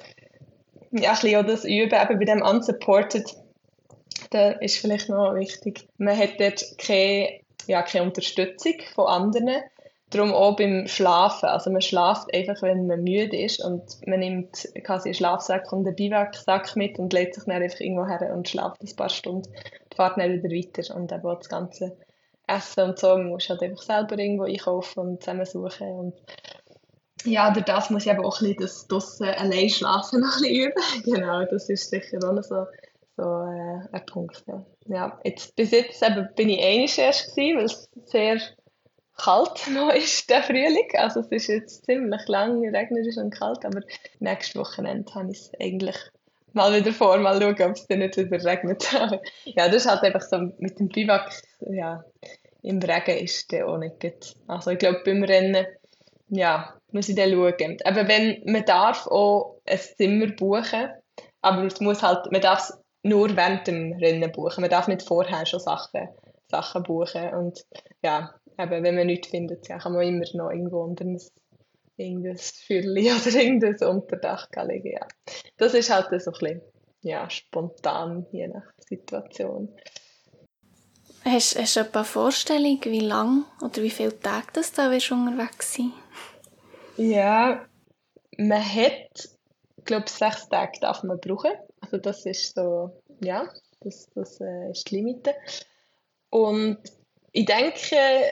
ja, ein bisschen auch das Üben eben bei dem Unsupported. Da ist vielleicht noch wichtig, man hat dort keine, ja, keine Unterstützung von anderen. Darum auch beim Schlafen. Also man schläft einfach, wenn man müde ist und man nimmt quasi einen Schlafsack und einen Biwaksack mit und legt sich dann einfach irgendwo her und schläft ein paar Stunden und fährt dann wieder weiter. Und eben auch das ganze Essen und so, man muss halt einfach selber irgendwo einkaufen und zusammensuchen. Und ja, durch das muss ich eben auch ein bisschen das draussen allein schlafen noch ein bisschen üben. Genau, das ist sicher auch noch so, so äh, ein Punkt. Ja. Ja, jetzt, bis jetzt eben bin ich einmal erst gewesen, weil es sehr kalt noch ist, der Frühling. Also es ist jetzt ziemlich lang, regnerisch und kalt, aber nächstes Wochenende habe ich es eigentlich mal wieder vor, mal schauen, ob es dann nicht wieder regnet. Aber ja, das ist halt einfach so mit dem Biwak, ja, im Regen ist der auch nicht gut. Also ich glaube, beim Rennen, ja, muss ich dann schauen. Aber wenn, man darf auch ein Zimmer buchen, aber es muss halt, man darf es nur während dem Rennen buchen. Man darf nicht vorher schon Sachen, Sachen buchen und ja, eben, wenn man nichts findet, ja, kann man immer noch irgendwo unter ein, irgendein Fürli oder irgendein Unterdach legen. Ja. Das ist halt so ein bisschen ja, spontan, je nach Situation. Hast, hast du eine Vorstellung, wie lange oder wie viele Tage das da wirst du unterwegs sein? Ja, man hat, glaube ich, sechs Tage darf man brauchen. Also das ist so, ja, das, das äh, ist die Limite. Und ich denke,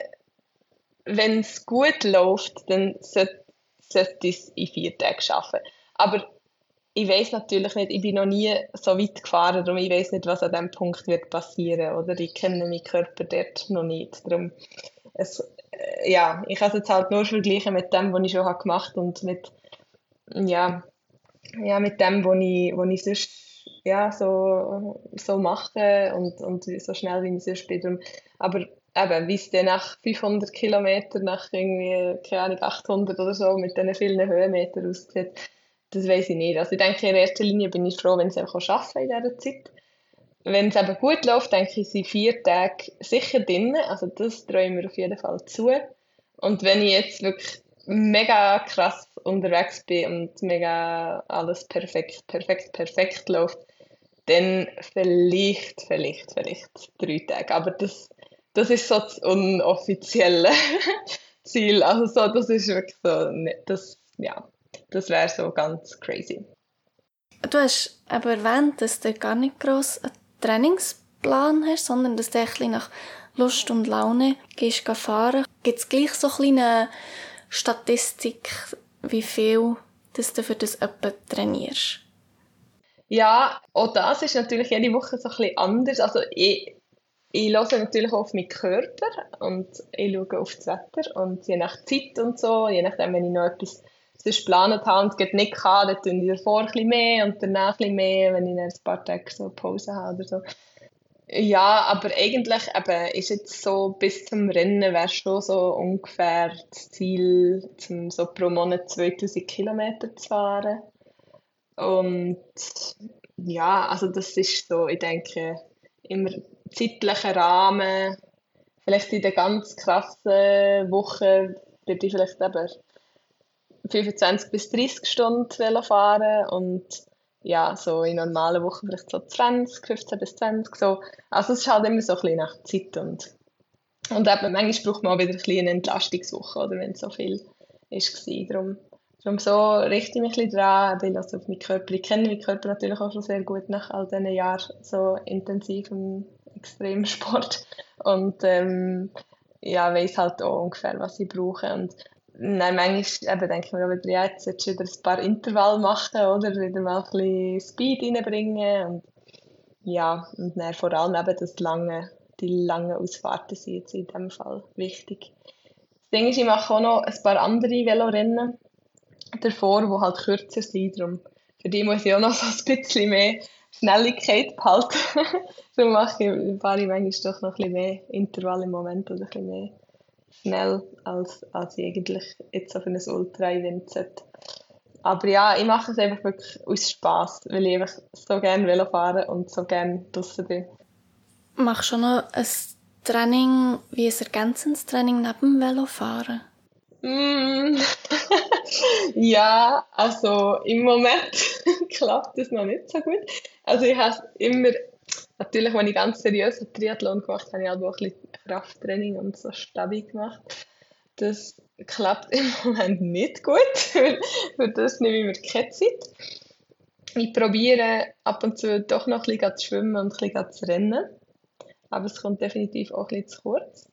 wenn es gut läuft, dann sollte, sollte ich es in vier Tagen schaffen. Aber ich weiß natürlich nicht, ich bin noch nie so weit gefahren, darum ich weiß nicht, was an diesem Punkt wird passieren, oder ich kenne meinen Körper dort noch nicht. Darum, es, äh, ja, ich kann es jetzt halt nur vergleichen mit dem, was ich schon habe gemacht und mit, ja, ja, mit dem, was ich, was ich sonst ja, so, so mache und, und so schnell, wie ich sonst bin. Darum, aber eben, wie es dann nach fünfhundert Kilometern, nach irgendwie, keine Ahnung, achthundert oder so, mit diesen vielen Höhenmetern aussieht, das weiß ich nicht. Also ich denke, in erster Linie bin ich froh, wenn ich es einfach schaffen in dieser Zeit. Wenn es eben gut läuft, denke ich, sind vier Tage sicher drin. Also das traue ich mir auf jeden Fall zu. Und wenn ich jetzt wirklich mega krass unterwegs bin und mega alles perfekt, perfekt, perfekt läuft, dann vielleicht, vielleicht, vielleicht drei Tage. Aber das, das ist so das unoffizielle Ziel. Also so, das ist wirklich so, das, ja, das wäre so ganz crazy. Du hast aber erwähnt, dass du gar nicht gross einen Trainingsplan hast, sondern dass du ein bisschen nach Lust und Laune gehst fahren. Gibt es gleich so eine kleine Statistik, wie viel dass du für das etwa trainierst? Ja, auch das ist natürlich jede Woche so ein bisschen anders. Also ich ich höre natürlich auch auf meinen Körper und ich schaue auf das Wetter und je nach Zeit und so, je nachdem, wenn ich noch etwas sonst geplant habe und es geht nicht kann, dann tue ich davor ein bisschen mehr und danach ein bisschen mehr, wenn ich dann ein paar Tage so Pause habe oder so. Ja, aber eigentlich eben, ist jetzt so bis zum Rennen wäre schon so ungefähr das Ziel, zum so pro Monat zweitausend Kilometer zu fahren. Und ja, also das ist so, ich denke, im zeitlichen Rahmen, vielleicht in der ganz krassen Woche, würde ich vielleicht eben fünfundzwanzig bis dreißig Stunden Velo fahren und ja, so in normalen Wochen vielleicht so zwanzig, fünfzehn bis zwanzig, so. Also es ist halt immer so ein bisschen nach Zeit und, und eben, manchmal braucht man auch wieder ein bisschen eine Entlastungswoche, oder wenn es so viel ist war. Darum, darum so richte ich mich ein bisschen dran, weil also auf meinen Körper, ich kenne meinen Körper natürlich auch schon sehr gut nach all diesen Jahren so intensivem Extremsport und ähm, ja, weiss halt auch ungefähr, was ich brauche und Nein, manchmal eben, denke ich mir auch wieder, ja, jetzt solltest du wieder ein paar Intervalle machen, oder? Wieder mal ein bisschen Speed reinbringen. Und ja, und dann vor allem eben das lange, die langen Ausfahrten sind jetzt in diesem Fall wichtig. Das Ding ist, ich mache auch noch ein paar andere Velorennen davor, die halt kürzer sind. Darum, für die muss ich auch noch so ein bisschen mehr Schnelligkeit behalten. Darum mache ich, fahre ich manchmal doch noch ein bisschen mehr Intervalle im Moment oder ein bisschen mehr schnell, als, als ich eigentlich jetzt so für ein Ultra-Event sollte. Aber ja, ich mache es einfach wirklich aus Spass, weil ich einfach so gerne Velo fahre und so gerne draussen bin. Machst du noch ein Training, wie ein ergänzendes Training neben dem Velofahren? Mm. Ja, also im Moment klappt das noch nicht so gut. Also ich habe immer, natürlich, als ich ganz seriös einen Triathlon gemacht habe, habe ich auch ein bisschen Krafttraining und so Stabi gemacht. Das klappt im Moment nicht gut, weil für das nehme ich mir keine Zeit. Ich probiere ab und zu doch noch ein bisschen zu schwimmen und ein bisschen zu rennen. Aber es kommt definitiv auch ein bisschen zu kurz.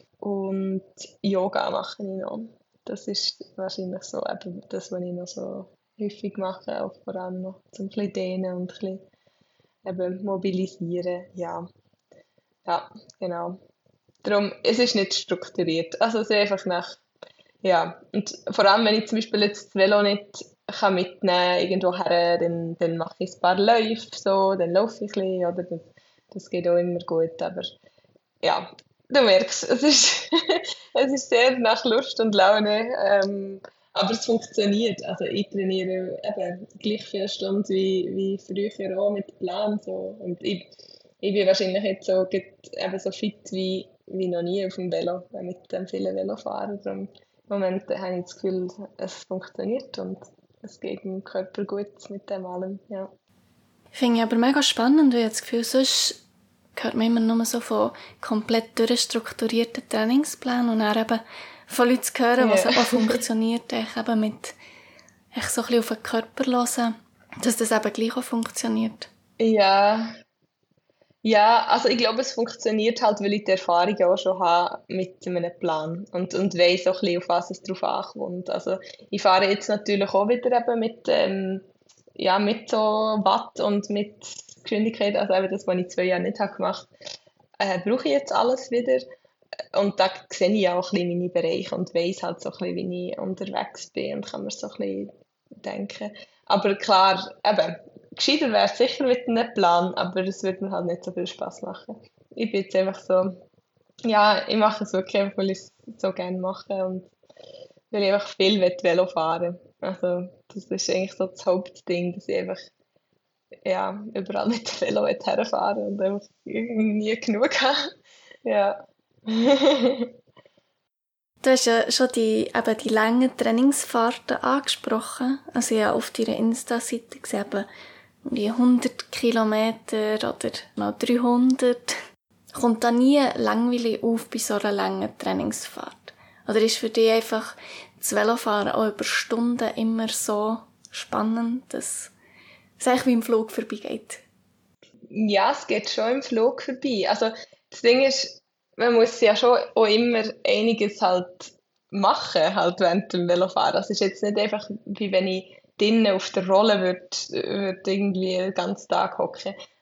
Und Yoga mache ich noch. Das ist wahrscheinlich so eben das, was ich noch so häufig mache, auch vor allem noch zum ein bisschen dehnen und ein bisschen eben mobilisieren. Ja, ja, genau. Darum, es ist nicht strukturiert. Also es ist einfach nach, ja. Und vor allem, wenn ich zum Beispiel jetzt das Velo nicht kann mitnehmen irgendwo her, dann, dann mache ich ein paar Läufe, so, dann laufe ich ein bisschen, oder das, das geht auch immer gut, aber ja, du merkst, es ist, es ist sehr nach Lust und Laune, ähm, aber es funktioniert. Also ich trainiere eben gleich viele Stunden wie, wie früher auch mit Plan, so. Und ich, ich bin wahrscheinlich jetzt so, eben so fit wie, wie noch nie auf dem Velo, mit dem vielen Velofahren. Darum, im Moment habe ich das Gefühl, es funktioniert und es geht dem Körper gut mit dem allem, ja. Finde ich aber mega spannend, weil ich das Gefühl, sonst hört man immer nur so von komplett durchstrukturierten Trainingsplänen und dann eben von Leuten zu hören, was yeah. auch funktioniert, echt eben mit echt so ein bisschen auf den Körper hören, dass das eben gleich auch funktioniert. Ja, ja, also ich glaube, es funktioniert halt, weil ich die Erfahrung auch schon habe mit einem Plan und, und weiss auch ein bisschen, auf was es drauf ankommt. Also ich fahre jetzt natürlich auch wieder eben mit, ähm, ja, mit so Watt und mit Geschwindigkeit, also eben das, was ich zwei Jahre nicht habe gemacht habe, äh, brauche ich jetzt alles wieder. Und da sehe ich auch ein bisschen meine Bereiche und weiss halt so ein bisschen, wie ich unterwegs bin und kann mir so ein bisschen denken. Aber klar, eben, gescheiter wäre es sicher mit einem Plan, aber es würde mir halt nicht so viel Spass machen. Ich bin jetzt einfach so, ja, ich mache es wirklich einfach, weil ich es so gerne mache und weil ich einfach viel Velo fahren will. Also das ist eigentlich so das Hauptding, dass ich einfach ja, überall mit dem Velo herfahren und einfach nie genug habe. Ja. Du hast ja schon die, eben die langen Trainingsfahrten angesprochen. Also ich habe auf deiner Insta-Seite gesehen, eben wie hundert Kilometer oder mal dreihundert. Kommt da nie langweilig auf bei so einer langen Trainingsfahrt? Oder ist für dich einfach das Velofahren auch über Stunden immer so spannend, dass es eigentlich wie im Flug vorbeigeht? Ja, es geht schon im Flug vorbei. Also das Ding ist, man muss ja schon auch immer einiges halt machen, halt während dem Velofahren. Das ist jetzt nicht einfach, wie wenn ich drinnen auf der Rolle würde, würde irgendwie den ganzen Tag hocken.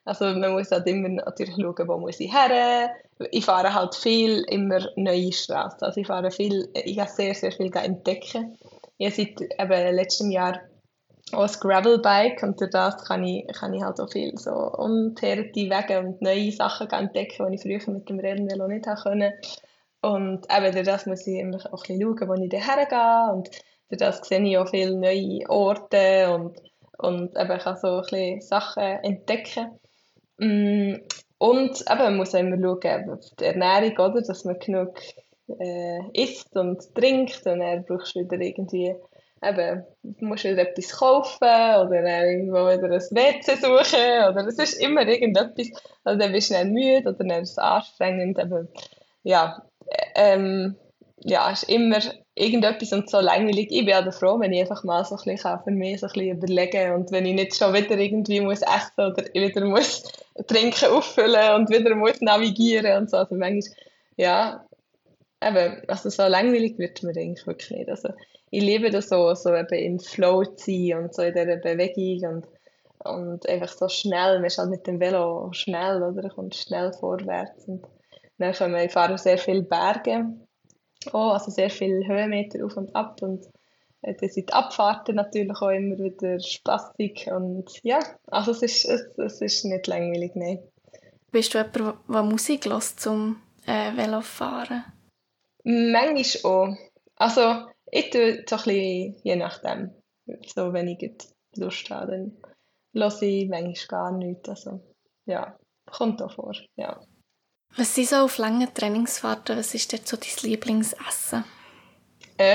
Also man muss halt immer natürlich schauen, wo muss ich her. Ich fahre halt viel immer neue Straßen. Also ich fahre viel, ich gehe sehr, sehr viel entdecken. Ich habe seit eben letztem Jahr auch ein Gravelbike und durch das kann ich, kann ich halt auch viel so unteerte Wege und neue Sachen entdecken, die ich früher mit dem Rennvelo nicht haben konnte. Und eben durch das muss ich immer auch ein bisschen schauen, wo ich dahin gehe. Und durch das sehe ich auch viele neue Orte und, und eben kann so ein bisschen Sachen entdecken. Mm, Und eben, man muss auch immer schauen, auf die Ernährung, oder? Dass man genug äh, isst und trinkt. Und dann brauchst du wieder irgendwie, eben, du musst wieder etwas kaufen oder dann irgendwo wieder ein W C suchen. Oder es ist immer irgendetwas. Also dann bist du dann müde oder dann ist es anstrengend. Eben, ja, ähm, ja, es ist immer irgendetwas und so langweilig. Ich bin aber froh, wenn ich einfach mal so ein bisschen für mich so ein bisschen überlegen und wenn ich nicht schon wieder irgendwie muss essen oder wieder muss trinken auffüllen und wieder muss navigieren und so. Also manchmal, ja, eben, also so langweilig wird mir eigentlich wirklich nicht. Also ich liebe das so, so eben im Flow zu sein und so in dieser Bewegung und, und einfach so schnell, man ist halt mit dem Velo schnell, oder? Kommt schnell vorwärts und dann können wir, ich fahre sehr viele Berge, auch, also sehr viele Höhenmeter auf und ab und äh, dann sind die Abfahrten natürlich auch immer wieder spassig und ja, also es ist, es, es ist nicht langweilig, nein. Bist du jemand, der Musik hört zum äh, Velofahren? Manchmal auch. Also ich tue so ein bisschen, je nachdem, so wenn ich jetzt Lust habe, dann höre ich manchmal gar nichts, also ja, kommt auch vor, ja. Was sind so auf langen Trainingsfahrten, was ist dort so dein Lieblingsessen? Äh,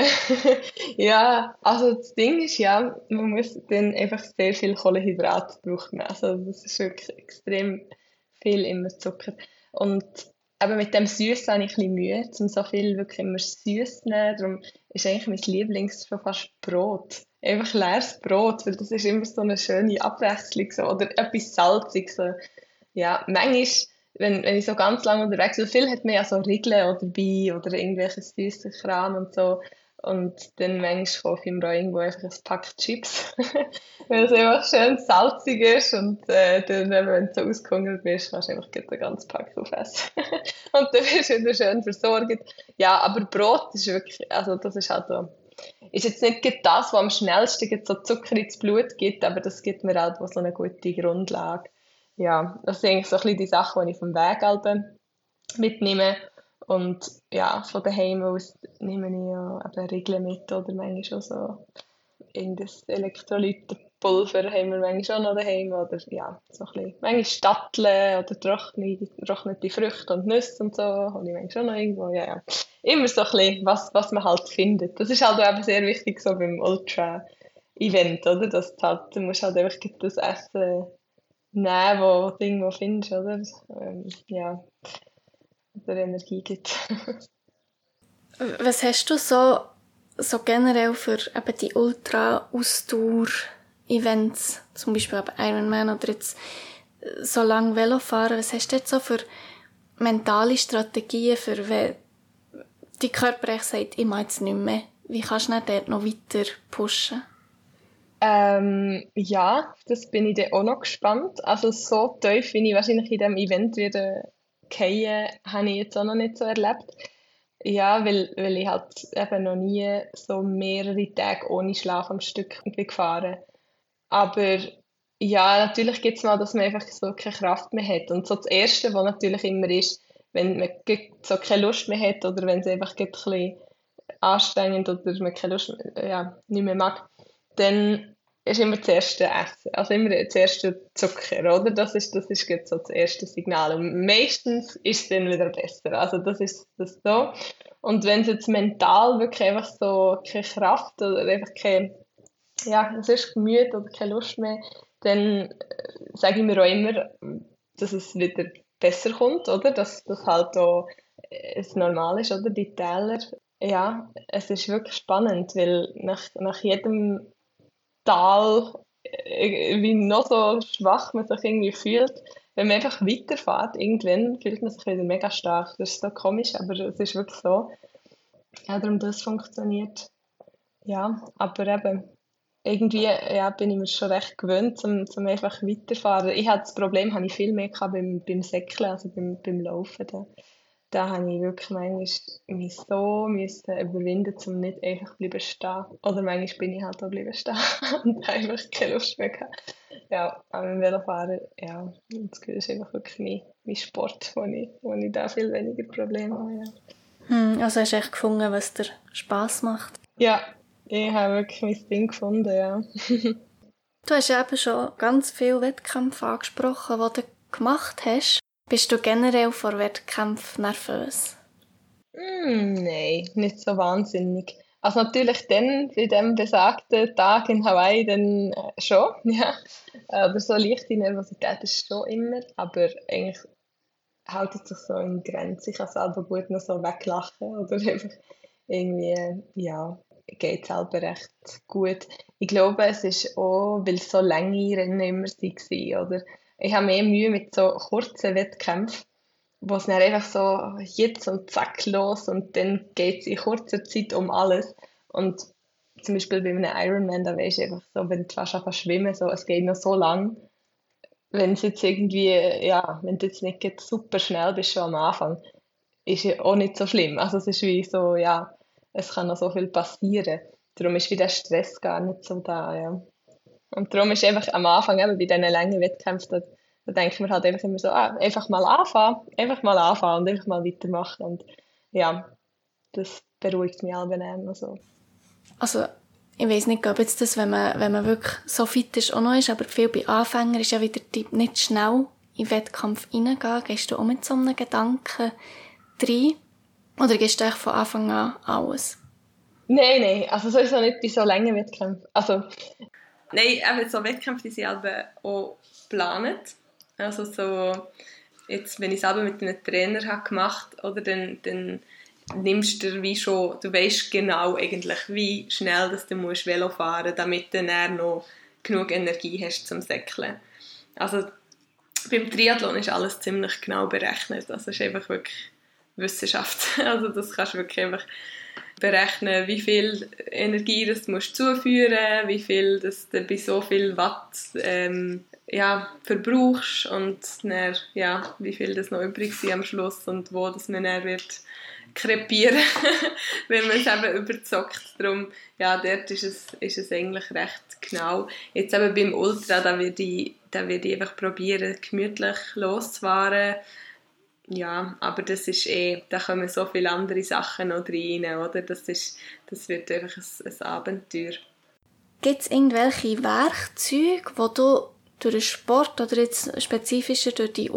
ja, also das Ding ist ja, man muss dann einfach sehr viel Kohlenhydrate braucht man. Also das ist wirklich extrem viel immer Zucker. Und aber mit dem Süßen habe ich ein bisschen Mühe, um so viel wirklich immer süß zu nehmen. Darum ist eigentlich mein Lieblings schon fast Brot. Einfach leeres Brot, weil das ist immer so eine schöne Abwechslung. So. Oder etwas Salziges. So. Ja, manchmal, wenn, wenn ich so ganz lange unterwegs bin, viel hat man ja so Riegel oder Wein oder irgendwelche süßen Kram und so. Und dann manchmal kaufe ich mir auch irgendwo einfach ein Pack Chips, weil es einfach schön salzig ist und äh, dann, wenn du so ausgehungert bist, kannst du einfach gleich den ganzen Pack aufessen. Und dann wirst du wieder schön versorgt. Ja, aber Brot ist wirklich, also das ist halt so, ist jetzt nicht gerade das, was am schnellsten gerade so Zucker ins Blut gibt, aber das gibt mir halt so eine gute Grundlage. Ja, das sind eigentlich so ein bisschen die Sachen, die ich vom Weg halt mitnehme. Und ja, von daheim aus nehme ich ja eben Riegel mit oder manchmal auch so irgendein Elektrolytenpulver haben wir manchmal auch noch daheim. Oder ja, so ein bisschen, manchmal Datteln oder trocknete, getrocknete Früchte und Nüsse und so habe ich manchmal auch noch irgendwo. Ja, ja. Immer so ein bisschen, was, was man halt findet. Das ist halt auch eben sehr wichtig so beim Ultra-Event, oder? Dass du, halt, du musst halt einfach das Essen nehmen, wo du irgendwo findest, oder? Ähm, ja, der Energie gibt. Was hast du so, so generell für eben die Ultra-Ausdauer-Events, zum Beispiel eben Ironman oder jetzt so lange Velofahren, was hast du jetzt so für mentale Strategien, für wenn dein Körper echt sagt, ich mache jetzt nicht mehr? Wie kannst du dann dort noch weiter pushen? Ähm, ja, das bin ich dann auch noch gespannt. Also so tief, wie ich wahrscheinlich in diesem Event werde fallen, habe ich jetzt auch noch nicht so erlebt. Ja, weil, weil ich halt eben noch nie so mehrere Tage ohne Schlaf am Stück bin gefahren. Aber ja, natürlich gibt es mal, dass man einfach so keine Kraft mehr hat. Und so das Erste, was natürlich immer ist, wenn man gleich so keine Lust mehr hat oder wenn es einfach gleich ein bisschen anstrengend oder man keine Lust mehr, ja, nicht mehr mag, dann ist immer das erste Essen. Also immer das erste Zucker, oder? Das ist, das ist gerade so das erste Signal. Und meistens ist es dann wieder besser. Also das ist das so. Und wenn es jetzt mental wirklich einfach so keine Kraft oder einfach keine, ja, es ist müde oder keine Lust mehr, dann äh, sage ich mir auch immer, dass es wieder besser kommt, oder? Dass das halt auch äh, es normal ist, oder? Die Täler. Ja, es ist wirklich spannend, weil nach, nach jedem Tal, äh, wie noch so schwach man sich irgendwie fühlt, wenn man einfach weiterfährt, irgendwann fühlt man sich wieder mega stark. Das ist so komisch, aber es ist wirklich so. Ja, darum das funktioniert. Ja, aber eben, irgendwie ja, bin ich mir schon recht gewöhnt, zum, zum einfach weiterfahren. Ich hatte das Problem, habe ich viel mehr gehabt beim, beim Säckeln, also beim, beim Laufen. Da, da habe ich wirklich manchmal mich so müssen überwinden, um nicht einfach bleiben stehen. Oder manchmal bin ich halt auch bleiben stehen und habe einfach keine Lust mehr gehabt. Ja, aber beim Velofahren, ja, das ist einfach wirklich mein, mein Sport, wo ich, wo ich da viel weniger Probleme habe. Ja. Hm, also hast du echt gefunden, was dir Spass macht? Ja, ich habe wirklich mein Ding gefunden, ja. Du hast ja eben schon ganz viele Wettkämpfe angesprochen, die du gemacht hast. Bist du generell vor Wettkämpfen nervös? Mm, nein, nicht so wahnsinnig. Also natürlich dann, bei dem besagten Tag in Hawaii, dann äh, schon, ja. Aber so leichte Nervosität ist schon immer, aber eigentlich hält es sich so in Grenzen. Ich kann selber gut noch so weglachen oder einfach irgendwie, ja, geht selber recht gut. Ich glaube, es ist auch, weil es so lange Rennen immer waren, oder? Ich habe mehr Mühe mit so kurzen Wettkämpfen, wo es dann einfach so jetzt und zack los und dann geht es in kurzer Zeit um alles. Und zum Beispiel bei einem Ironman, da weisst du einfach so, wenn du fast anfängst zu schwimmen, so, es geht noch so lang. Wenn es jetzt irgendwie, ja, wenn du jetzt nicht gerade super schnell bist schon am Anfang, ist ja auch nicht so schlimm. Also es ist wie so, ja, es kann noch so viel passieren. Darum ist wie der Stress gar nicht so da, ja. Und darum ist einfach am Anfang eben bei diesen langen Wettkämpfen, da, da denkt man halt einfach immer so, ah, einfach mal anfangen, einfach mal anfangen und einfach mal weitermachen. Und ja, das beruhigt mich alle noch so. Also, ich weiss nicht, ob jetzt das, wenn man, wenn man wirklich so fit ist, auch noch ist, aber viel bei Anfängern ist ja wieder der Tipp, nicht schnell in den Wettkampf reingehen. Gehst du auch mit so einem Gedanken rein? Oder gehst du eigentlich von Anfang an alles? Nein, nein, also sowieso nicht bei so langen Wettkämpfen. Also, nein, eben so Wettkämpfe, die sind selber auch geplant. Also so, jetzt, wenn ich es selber mit einem Trainer habe gemacht habe, dann, dann nimmst du wie schon, du weißt genau eigentlich, wie schnell dass du musst Velo fahren musst, damit du dann noch genug Energie hast zum Säckeln. Also beim Triathlon ist alles ziemlich genau berechnet. Also es ist einfach wirklich Wissenschaft. Also das kannst du wirklich einfach berechnen, wie viel Energie das du musst zuführen, wie viel das du bei so viel Watt ähm, ja, verbrauchst und dann, ja, wie viel das noch übrig sind am Schluss und wo das man dann wird krepieren, wenn man es eben überzockt. Darum, ja, dort ist es, ist es eigentlich recht genau. Jetzt eben beim Ultra, da werde ich, da werde ich einfach probieren, gemütlich loszufahren. Ja, aber das ist eh, da kommen so viele andere Sachen noch rein, oder? Das, ist, das wird einfach ein, ein Abenteuer. Gibt es irgendwelche Werkzeuge, die du durch den Sport oder jetzt spezifischer durch die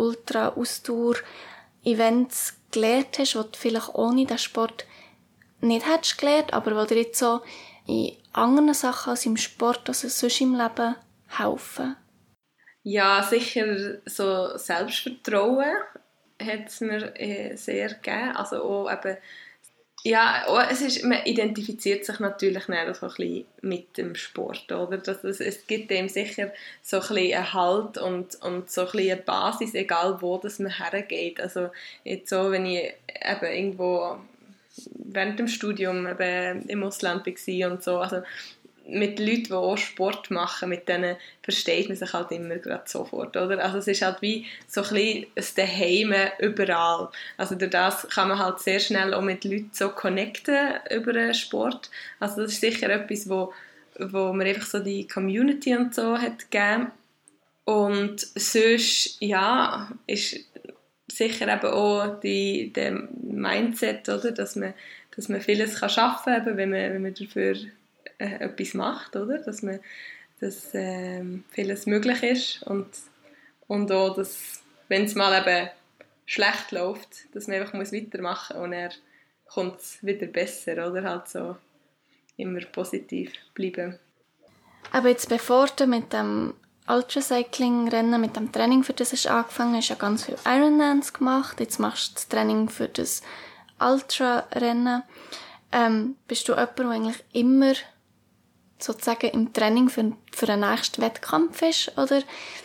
Ultra-Ausdauer-Events gelernt hast, die du vielleicht ohne den Sport nicht hättest gelernt, aber die dir jetzt so in anderen Sachen als im Sport, also sonst im Leben, helfen? Ja, sicher so Selbstvertrauen hat es mir äh, sehr gegeben. Also auch eben, ja, auch, es ist, man identifiziert sich natürlich so ein bisschen mit dem Sport, oder? Das, das, es gibt dem sicher so ein bisschen einen Halt und, und so ein bisschen eine Basis, egal wo das man hergeht. Also jetzt so, wenn ich eben irgendwo während dem Studium eben im Ausland war und so, also mit Leuten, die auch Sport machen, mit denen versteht man sich halt immer gerade sofort, oder? Also es ist halt wie so ein bisschen ein Daheim überall. Also durch das kann man halt sehr schnell auch mit Leuten so connecten über den Sport. Also das ist sicher etwas, wo, wo mir einfach so die Community und so hat gegeben. Und sonst, ja, ist sicher eben auch die, der Mindset, oder? Dass man, dass man vieles kann schaffen kann, wenn man, wenn man dafür äh, etwas macht, oder? Dass, man, dass ähm, vieles möglich ist und, und auch, dass, wenn es mal eben schlecht läuft, dass man einfach muss weitermachen muss und dann kommt es wieder besser, oder? Halt so immer positiv bleiben. Aber jetzt bevor du mit dem Ultracycling-Rennen, mit dem Training für das hast angefangen, hast du ja ganz viele Ironmans gemacht. Jetzt machst du das Training für das Ultra-Rennen. Ähm, bist du jemand, der eigentlich immer sozusagen im Training für, für den nächsten Wettkampf ist? Oder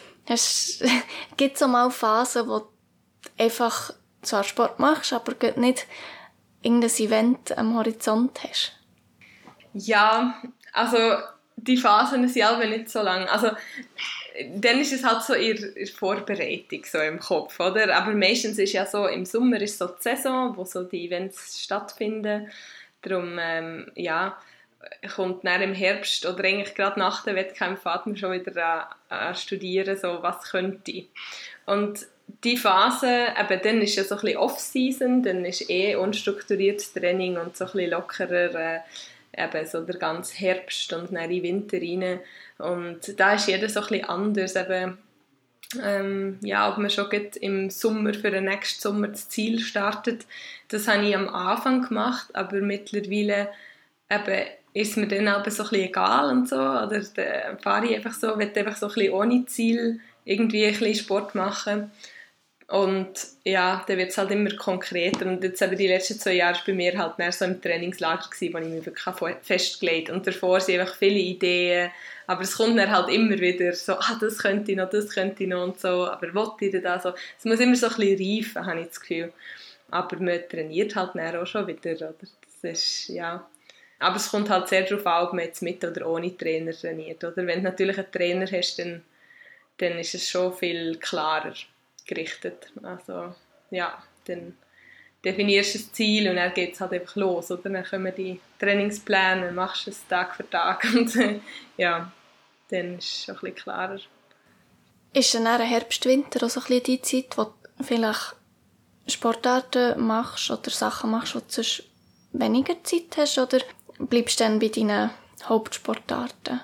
gibt es auch mal Phasen, wo du einfach zwar Sport machst, aber nicht irgendein Event am Horizont hast? Ja, also die Phasen sind aber nicht so lang. Also, dann ist es halt so in der Vorbereitung so im Kopf, oder? Aber meistens ist ja so, im Sommer ist so die Saison, wo so die Events stattfinden. Darum, ähm, ja, kommt dann im Herbst oder eigentlich gerade nach dem Wettkampf fährt man schon wieder an, an studieren, so was könnte ich. Und die Phase, eben dann ist ja so ein bisschen Off-Season, dann ist eh unstrukturiertes Training und so ein bisschen lockerer, äh, eben so der ganze Herbst und dann in den Winter rein. Und da ist jeder so ein bisschen anders, eben, ähm, ja, ob man schon im Sommer für den nächsten Sommer das Ziel startet, das habe ich am Anfang gemacht, aber mittlerweile eben, ist mir dann aber so ein bisschen egal und so, oder dann fahre ich einfach so, will einfach so ein bisschen ohne Ziel irgendwie ein bisschen Sport machen. Und ja, dann wird es halt immer konkreter. Und jetzt eben die letzten zwei Jahre war bei mir halt mehr so im Trainingslager gewesen, wo ich mich wirklich festgelegt habe. Und davor sind einfach viele Ideen, aber es kommt dann halt immer wieder so, ah, das könnte ich noch, das könnte ich noch und so, aber wollte ich denn da so? Es muss immer so ein bisschen reifen, habe ich das Gefühl. Aber man trainiert halt dann auch schon wieder, oder? Das ist, ja... Aber es kommt halt sehr darauf an, ob man jetzt mit oder ohne Trainer trainiert. Oder? Wenn du natürlich einen Trainer hast, dann, dann ist es schon viel klarer gerichtet. Also, ja, dann definierst du das Ziel und dann geht es halt einfach los. Oder? Dann kommen die Trainingspläne, dann machst du es Tag für Tag und ja, dann ist es schon ein bisschen klarer. Ist dann eher Herbst, Winter auch so ein bisschen die Zeit, wo du vielleicht Sportarten machst oder Sachen machst, wo du sonst weniger Zeit hast, oder bleibst du dann bei deinen Hauptsportarten?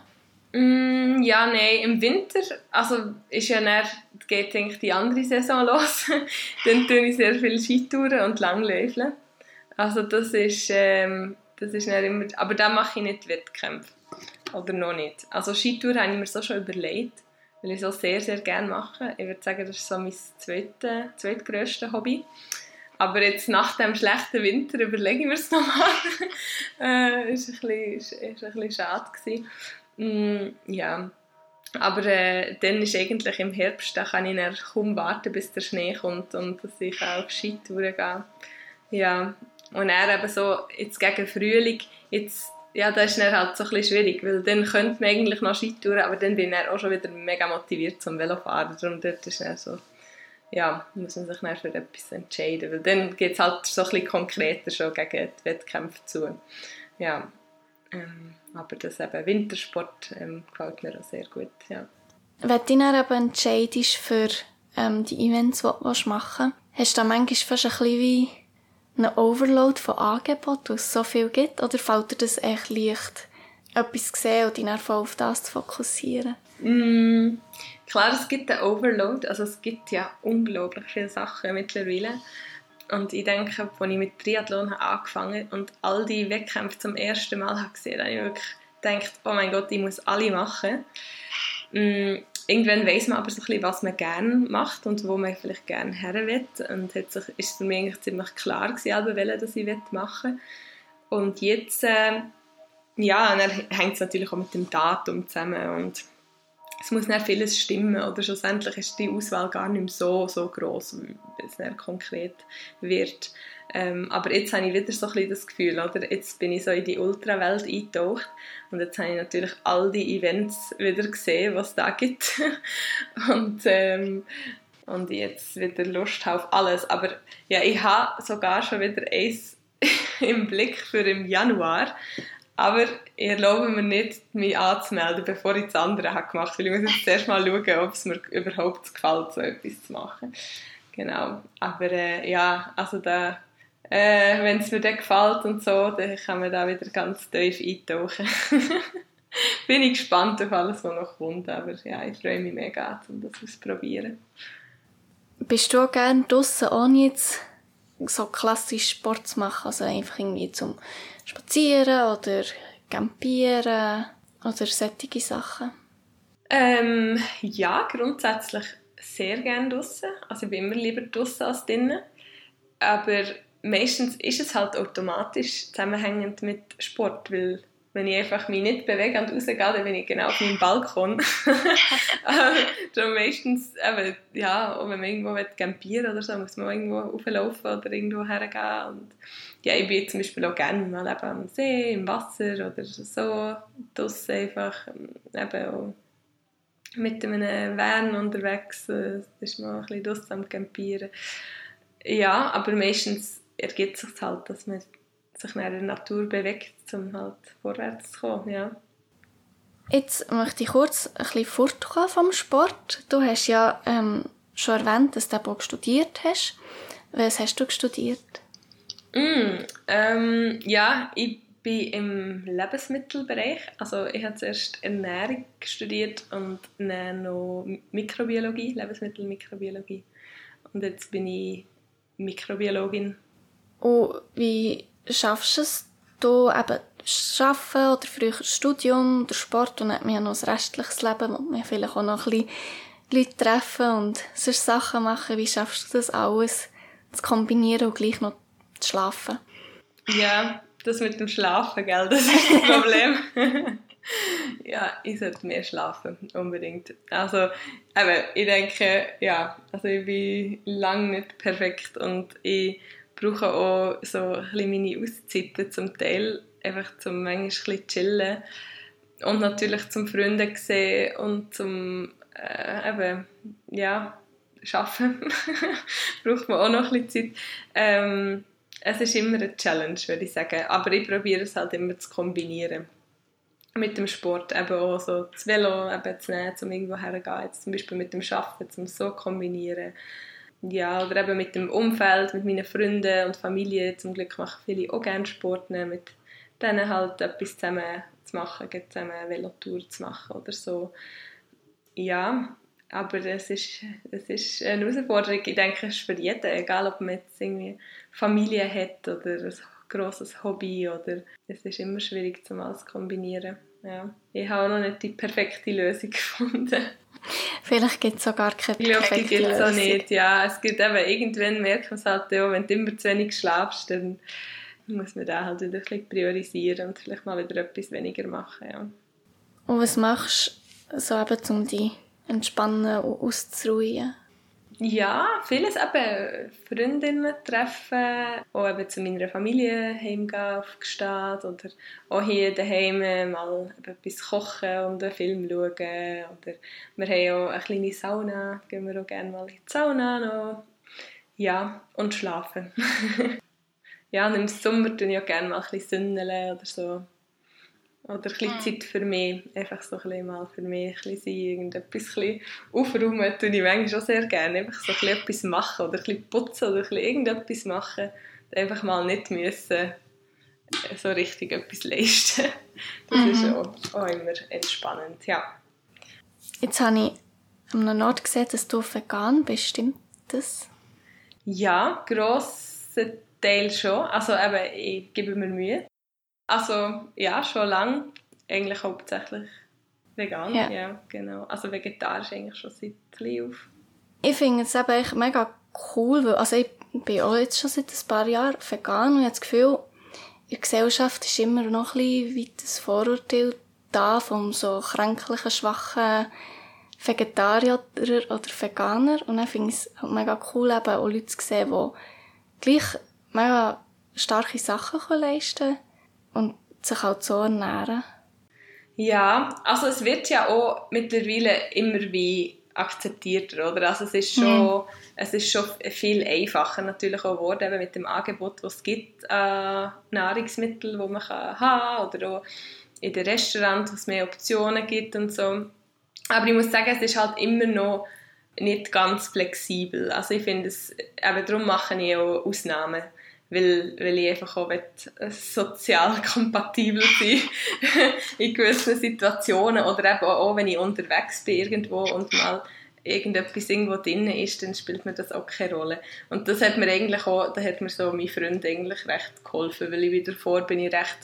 Mm, ja, nein, im Winter, also ist ja dann, geht eigentlich die andere Saison los. Dann tue ich sehr viel Skitouren und Langläufeln. Also das ist, ähm, das ist dann immer, aber da mache ich nicht Wettkämpfe. Oder noch nicht. Also Skitouren habe ich mir so schon überlegt, weil ich es auch sehr, sehr gerne mache. Ich würde sagen, das ist so mein zweites, zweitgrösstes Hobby. Aber jetzt nach dem schlechten Winter überlege ich mir es nochmal. äh, ist, ein bisschen, ist, ist ein bisschen schade gewesen. Mm, ja. Aber äh, dann ist eigentlich im Herbst, da kann ich dann kaum warten, bis der Schnee kommt und dass ich auf Skitouren gehe. Ja. Und dann eben so, jetzt gegen Frühling, jetzt, ja, das ist dann halt so ein bisschen schwierig, weil dann könnte man eigentlich noch Skitouren, aber dann bin ich dann auch schon wieder mega motiviert zum Velofahren. Darum dort ist dann so, ja, muss man sich dann für etwas entscheiden, weil dann geht es halt so ein bisschen konkreter schon gegen die Wettkämpfe zu. Ja, ähm, aber das eben Wintersport ähm, gefällt mir auch sehr gut, ja. Wenn du dich dann eben entscheidest für ähm, die Events, die du machen willst, hast du dann manchmal fast ein bisschen wie einen Overload von Angeboten, weil es so viel gibt, oder fällt dir das echt leicht, etwas zu sehen und dich dann voll auf das zu fokussieren? Mm, klar, es gibt einen Overload, also es gibt ja unglaublich viele Sachen mittlerweile. Und ich denke, als ich mit Triathlon angefangen habe und all die Wettkämpfe zum ersten Mal habe gesehen, habe ich wirklich gedacht, oh mein Gott, ich muss alle machen. Mm, irgendwann weiss man aber so ein bisschen, was man gerne macht und wo man vielleicht gerne her will. Und hat sich, ist es für mich eigentlich ziemlich klar gewesen, dass ich machen will. Und jetzt, äh, ja, dann hängt es natürlich auch mit dem Datum zusammen und es muss dann vieles stimmen, oder schlussendlich ist die Auswahl gar nicht mehr so, so gross, wie es dann konkret wird. Ähm, aber jetzt habe ich wieder so ein bisschen das Gefühl, oder? Jetzt bin ich so in die Ultrawelt eingetaucht und jetzt habe ich natürlich all die Events wieder gesehen, was es da gibt. und, ähm, und jetzt wieder Lust auf alles. Aber ja, ich habe sogar schon wieder eins im Blick für im Januar. Aber ich erlaube mir nicht, mich anzumelden, bevor ich das andere habe gemacht habe. Weil ich muss jetzt zuerst mal schauen, ob es mir überhaupt gefällt, so etwas zu machen. Genau. Aber äh, ja, also da, äh, wenn es mir dann gefällt und so, dann kann man da wieder ganz tief eintauchen. Bin ich gespannt auf alles, was noch kommt. Aber ja, ich freue mich mega, um das auszuprobieren. Bist du auch gerne draussen, ohne jetzt so klassisch Sport zu machen? Also einfach irgendwie zum Spazieren oder campieren oder solche Sachen? Ähm, ja, grundsätzlich sehr gerne draussen. Also ich bin immer lieber draussen als drinnen. Aber meistens ist es halt automatisch zusammenhängend mit Sport, weil wenn ich einfach mich nicht bewege und rausgehe, dann bin ich genau auf meinem Balkon. Darum meistens, eben, ja, auch wenn man irgendwo campieren will oder so, muss man irgendwo rauflaufen oder irgendwo hergehen. Und ja, ich bin zum Beispiel auch gerne mal eben am See, im Wasser oder so, draussen einfach, eben auch mit einem Van unterwegs, das ist mal ein bisschen draussen am Campieren. Ja, aber meistens ergibt es sich halt, dass man sich in der Natur bewegt, um halt vorwärts zu kommen, ja. Jetzt möchte ich kurz ein bisschen fortgehen vom Sport. Du hast ja ähm, schon erwähnt, dass du auch studiert hast. Was hast du studiert? Mm, ähm, ja, ich bin im Lebensmittelbereich. Also ich habe zuerst Ernährung studiert und dann noch Mikrobiologie, Lebensmittelmikrobiologie. Und jetzt bin ich Mikrobiologin. Und wie schaffst du es, du eben das Arbeiten oder früher das Studium, der Sport und dann hat man ja noch ein restliches Leben, wo man vielleicht auch noch ein bisschen Leute treffen und sonst Sachen machen. Wie schaffst du das alles zu kombinieren und gleich noch zu schlafen? Ja, das mit dem Schlafen, gell, das ist das Problem. Ja, ich sollte mehr schlafen, unbedingt. Also, eben, ich denke, ja, also ich bin lange nicht perfekt und ich brauche auch so ein bisschen meine Auszeiten zum Teil, einfach zum manchmal ein bisschen chillen und natürlich zum Freunde sehen und zum äh, eben, ja, arbeiten. Braucht man auch noch ein bisschen Zeit. Ähm, es ist immer eine Challenge, würde ich sagen, aber ich probiere es halt immer zu kombinieren. Mit dem Sport eben auch so das Velo eben zu nehmen, um irgendwo herzugehen, jetzt zum Beispiel mit dem Arbeiten, um es so zu kombinieren. Ja, oder eben mit dem Umfeld, mit meinen Freunden und Familie. Zum Glück machen viele auch gerne Sport, ne? Mit denen halt etwas zusammen zu machen, zusammen eine Velotour zu machen oder so. Ja, aber es ist, es ist eine Herausforderung. Ich denke, es ist für jeden, egal ob man jetzt irgendwie Familie hat oder ein grosses Hobby, oder es ist immer schwierig, um alles zu kombinieren. Ja. Ich habe auch noch nicht die perfekte Lösung gefunden. Vielleicht gibt es auch gar keine perfekte Lösung. Ich glaube, die gibt es auch nicht. Ja, es gibt eben, irgendwann merkt man es halt auch, wenn du immer zu wenig schläfst, dann muss man da halt wieder ein bisschen priorisieren und vielleicht mal wieder etwas weniger machen. Ja. Und was machst du so eben, um dich entspannen und auszuruhen? Ja, vieles eben Freundinnen treffen, auch eben zu meiner Familie heimgehen auf Gstaad oder auch hier daheim mal etwas kochen und einen Film schauen. Oder wir haben auch eine kleine Sauna, gehen wir auch gerne mal in die Sauna noch. Ja, und schlafen. Ja, und im Sommer tue ich auch gerne mal ein bisschen sünneln oder so. Oder ein bisschen Zeit für mich, einfach so ein bisschen mal für mich ein bisschen sein, irgendetwas ein bisschen aufräumen, tue ich manchmal auch sehr gerne, einfach so ein bisschen etwas machen oder ein bisschen putzen oder ein bisschen irgendetwas machen, einfach mal nicht müssen so richtig etwas leisten. Das mhm. ist auch, auch immer entspannend, ja. Jetzt habe ich an einem Ort gesehen, dass du vegan bist, stimmt das? Ja, grosser Teil schon, also eben, ich gebe mir Mühe. Also, ja, schon lange. Eigentlich hauptsächlich vegan, ja, ja genau. Also vegetarisch eigentlich schon seit klein auf. Ich finde es eben echt mega cool, weil also ich bin auch jetzt schon seit ein paar Jahren vegan und ich habe das Gefühl, in der Gesellschaft ist immer noch ein bisschen wie das Vorurteil da von so kränklichen, schwachen Vegetarier oder Veganer. Und dann finde ich es halt mega cool, eben auch Leute zu sehen, die gleich mega starke Sachen leisten können und sich halt so ernähren. Ja, also es wird ja auch mittlerweile immer wie akzeptierter, oder? Also es ist schon, mhm. es ist schon viel einfacher natürlich auch geworden, eben mit dem Angebot, das es gibt an Nahrungsmitteln, die man kann haben oder auch in den Restaurants, wo es mehr Optionen gibt und so. Aber ich muss sagen, es ist halt immer noch nicht ganz flexibel. Also ich finde es, eben darum mache ich auch Ausnahmen. Weil, weil ich einfach auch sozial kompatibel sein in gewissen Situationen oder eben auch, wenn ich unterwegs bin irgendwo und mal irgendetwas irgendwo drin ist, dann spielt mir das auch keine Rolle. Und das hat mir eigentlich auch, da hat mir so mein Freund eigentlich recht geholfen, weil ich wieder davor bin ich recht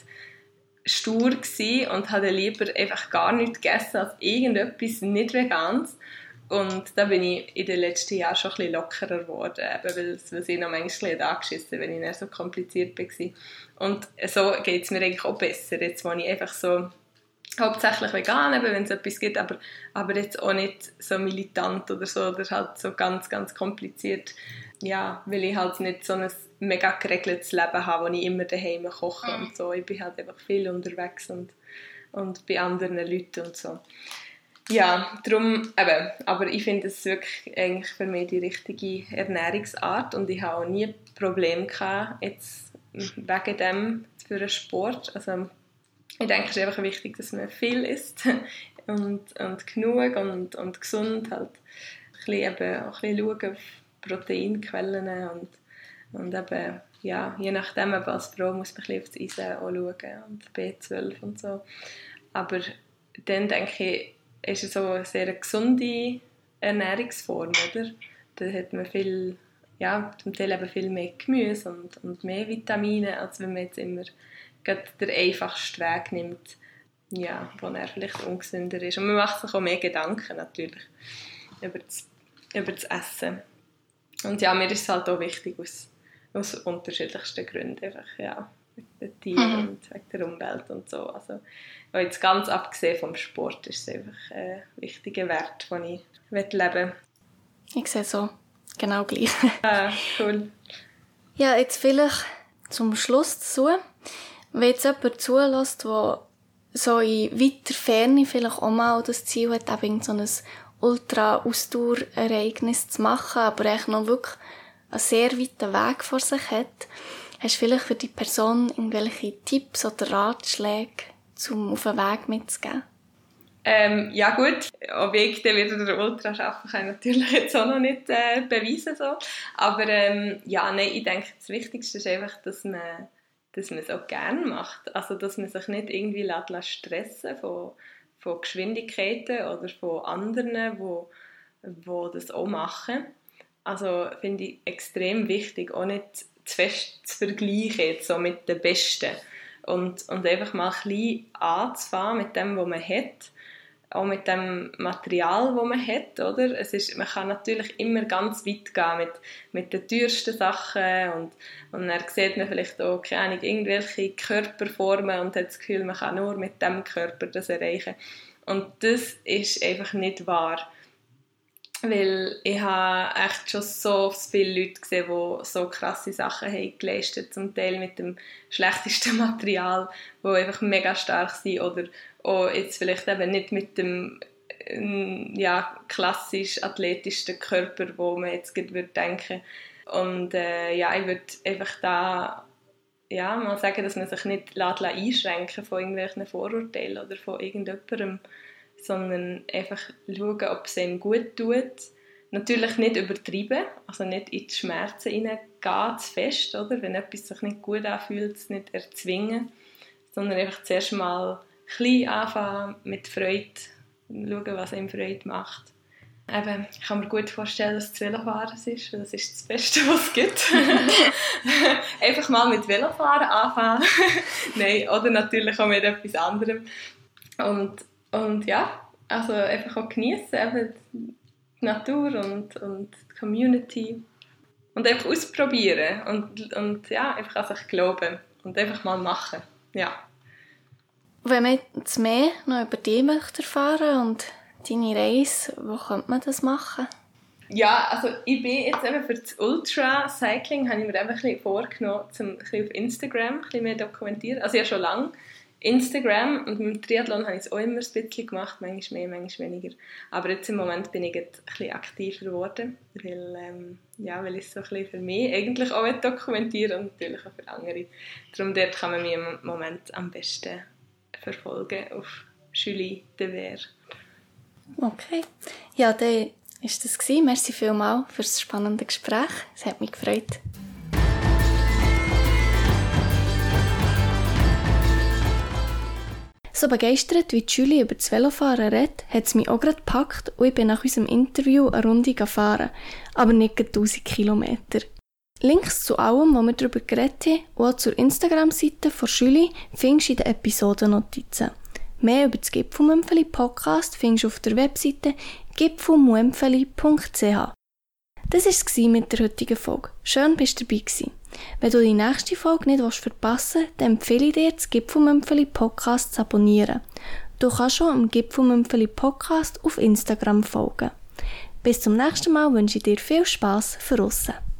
stur gewesen und hatte lieber einfach gar nichts gegessen als irgendetwas nicht Veganes. Und da bin ich in den letzten Jahren schon ein bisschen lockerer geworden, eben weil, weil ich noch manchmal angeschissen habe, wenn ich nicht so kompliziert war. Und so geht es mir eigentlich auch besser, jetzt wo ich einfach so hauptsächlich vegan, eben, wenn es etwas gibt, aber, aber jetzt auch nicht so militant oder so, oder halt so ganz, ganz kompliziert, ja, weil ich halt nicht so ein mega geregeltes Leben habe, wo ich immer daheim koche und so. Ich bin halt einfach viel unterwegs und, und bei anderen Leuten und so. Ja, darum eben, aber ich finde es wirklich eigentlich für mich die richtige Ernährungsart und ich habe auch nie Probleme gehabt, jetzt wegen dem für den Sport. Also ich denke, es ist einfach wichtig, dass man viel isst und, und genug und, und gesund, halt ein bisschen, eben, auch ein bisschen schauen auf Proteinquellen und, und eben, ja, je nachdem, eben als Frau muss man ein bisschen auf das Eisen auch schauen und B zwölf und so. Aber dann denke ich, ist es so eine sehr gesunde Ernährungsform, oder? Da hat man viel, ja, zum Teil eben viel mehr Gemüse und, und mehr Vitamine, als wenn man jetzt immer den einfachsten Weg nimmt, ja, wo er vielleicht ungesünder ist. Und man macht sich auch mehr Gedanken natürlich über das, über das Essen. Und ja, mir ist es halt auch wichtig aus, aus unterschiedlichsten Gründen, einfach, ja, mit den Tieren mhm. und wegen der Umwelt und so. Also, jetzt ganz abgesehen vom Sport ist es einfach ein wichtiger Wert, den ich leben will. Ich sehe so genau gleich. Ah, cool. Ja, jetzt vielleicht zum Schluss dazu. Wenn jetzt jemand zulässt, der so in weiter Ferne vielleicht auch mal das Ziel hat, eben so ein Ultra-Ausdauerereignis zu machen, aber eigentlich noch wirklich einen sehr weiten Weg vor sich hat, hast du vielleicht für die Person irgendwelche Tipps oder Ratschläge, um auf den Weg mitzugeben? Ähm, ja gut, ob ich dann wieder den Ultra schaffen kann, natürlich jetzt auch noch nicht äh, beweisen. So. Aber ähm, ja, nein, ich denke, das Wichtigste ist einfach, dass man, dass man es auch gerne macht. Also, dass man sich nicht irgendwie lässt, lässt stressen von, von Geschwindigkeiten oder von anderen, wo, wo das auch machen. Also finde ich extrem wichtig, auch nicht zu fest zu vergleichen jetzt so mit den Besten. Und, und einfach mal ein bisschen anzufangen mit dem, was man hat. Auch mit dem Material, das man hat. Oder? Es ist, man kann natürlich immer ganz weit gehen mit, mit den teuersten Sachen. Und, und dann sieht man vielleicht auch keine Ahnung, irgendwelche Körperformen und hat das Gefühl, man kann nur mit dem Körper das erreichen. Und das ist einfach nicht wahr. Weil ich habe echt schon so viele Leute gesehen, die so krasse Sachen haben geleistet, zum Teil mit dem schlechtesten Material, die einfach mega stark sind oder auch jetzt vielleicht eben nicht mit dem ja, klassisch athletischsten Körper, wo man jetzt gerade denken würde. Und äh, ja, ich würde einfach da ja, mal sagen, dass man sich nicht einschränken von irgendwelchen Vorurteilen oder von irgendjemandem, sondern einfach schauen, ob es ihm gut tut. Natürlich nicht übertreiben, also nicht in die Schmerzen hineingehen, zu fest, oder? Wenn etwas sich nicht gut anfühlt, es nicht erzwingen, sondern einfach zuerst mal klein anfangen, mit Freude, schauen, was ihm Freude macht. Eben, ich kann mir gut vorstellen, dass es Velofahren ist, weil das ist das Beste, was es gibt. Einfach mal mit Velofahren anfangen. Nein, oder natürlich auch mit etwas anderem. Und Und ja, also einfach auch genießen, eben die Natur und, und die Community. Und einfach ausprobieren und, und ja, einfach an sich glauben und einfach mal machen. Ja. Wenn man jetzt mehr noch über dich möchte erfahren und deine Reise, wo könnte man das machen? Ja, also ich bin jetzt eben für das Ultra-Cycling, habe ich mir eben ein bisschen vorgenommen, um ein bisschen auf Instagram ein bisschen mehr dokumentieren. Also ja, schon lange. Instagram und mit dem Triathlon habe ich es auch immer ein bisschen gemacht, manchmal mehr, manchmal weniger. Aber jetzt im Moment bin ich jetzt ein bisschen aktiver geworden, weil, ähm, ja, weil ich es so ein bisschen für mich eigentlich auch dokumentieren und natürlich auch für andere. Darum dort kann man mich im Moment am besten verfolgen auf Julie de Ver. Okay. Ja, dann war das gewesen. Merci vielmals für das spannende Gespräch. Es hat mich gefreut. So begeistert, wie Julie über das Velofahren redet, hat es mich auch gerade gepackt und ich bin nach unserem Interview eine Runde gefahren, aber nicht tausend Kilometer. Links zu allem, was wir darüber geredet haben, und auch zur Instagram-Seite von Julie, findest du in den Episodennotizen. Mehr über das Gipfelmümpfeli Podcast findest du auf der Webseite gipfelmuempfeli punkt c h. Das war es mit der heutigen Folge. Schön, bist du dabei gewesen. Wenn du die nächste Folge nicht verpassen willst, dann empfehle ich dir, das Gipfelmümpfeli Podcast zu abonnieren. Du kannst schon am Gipfelmümpfeli Podcast auf Instagram folgen. Bis zum nächsten Mal wünsche ich dir viel Spass für draussen.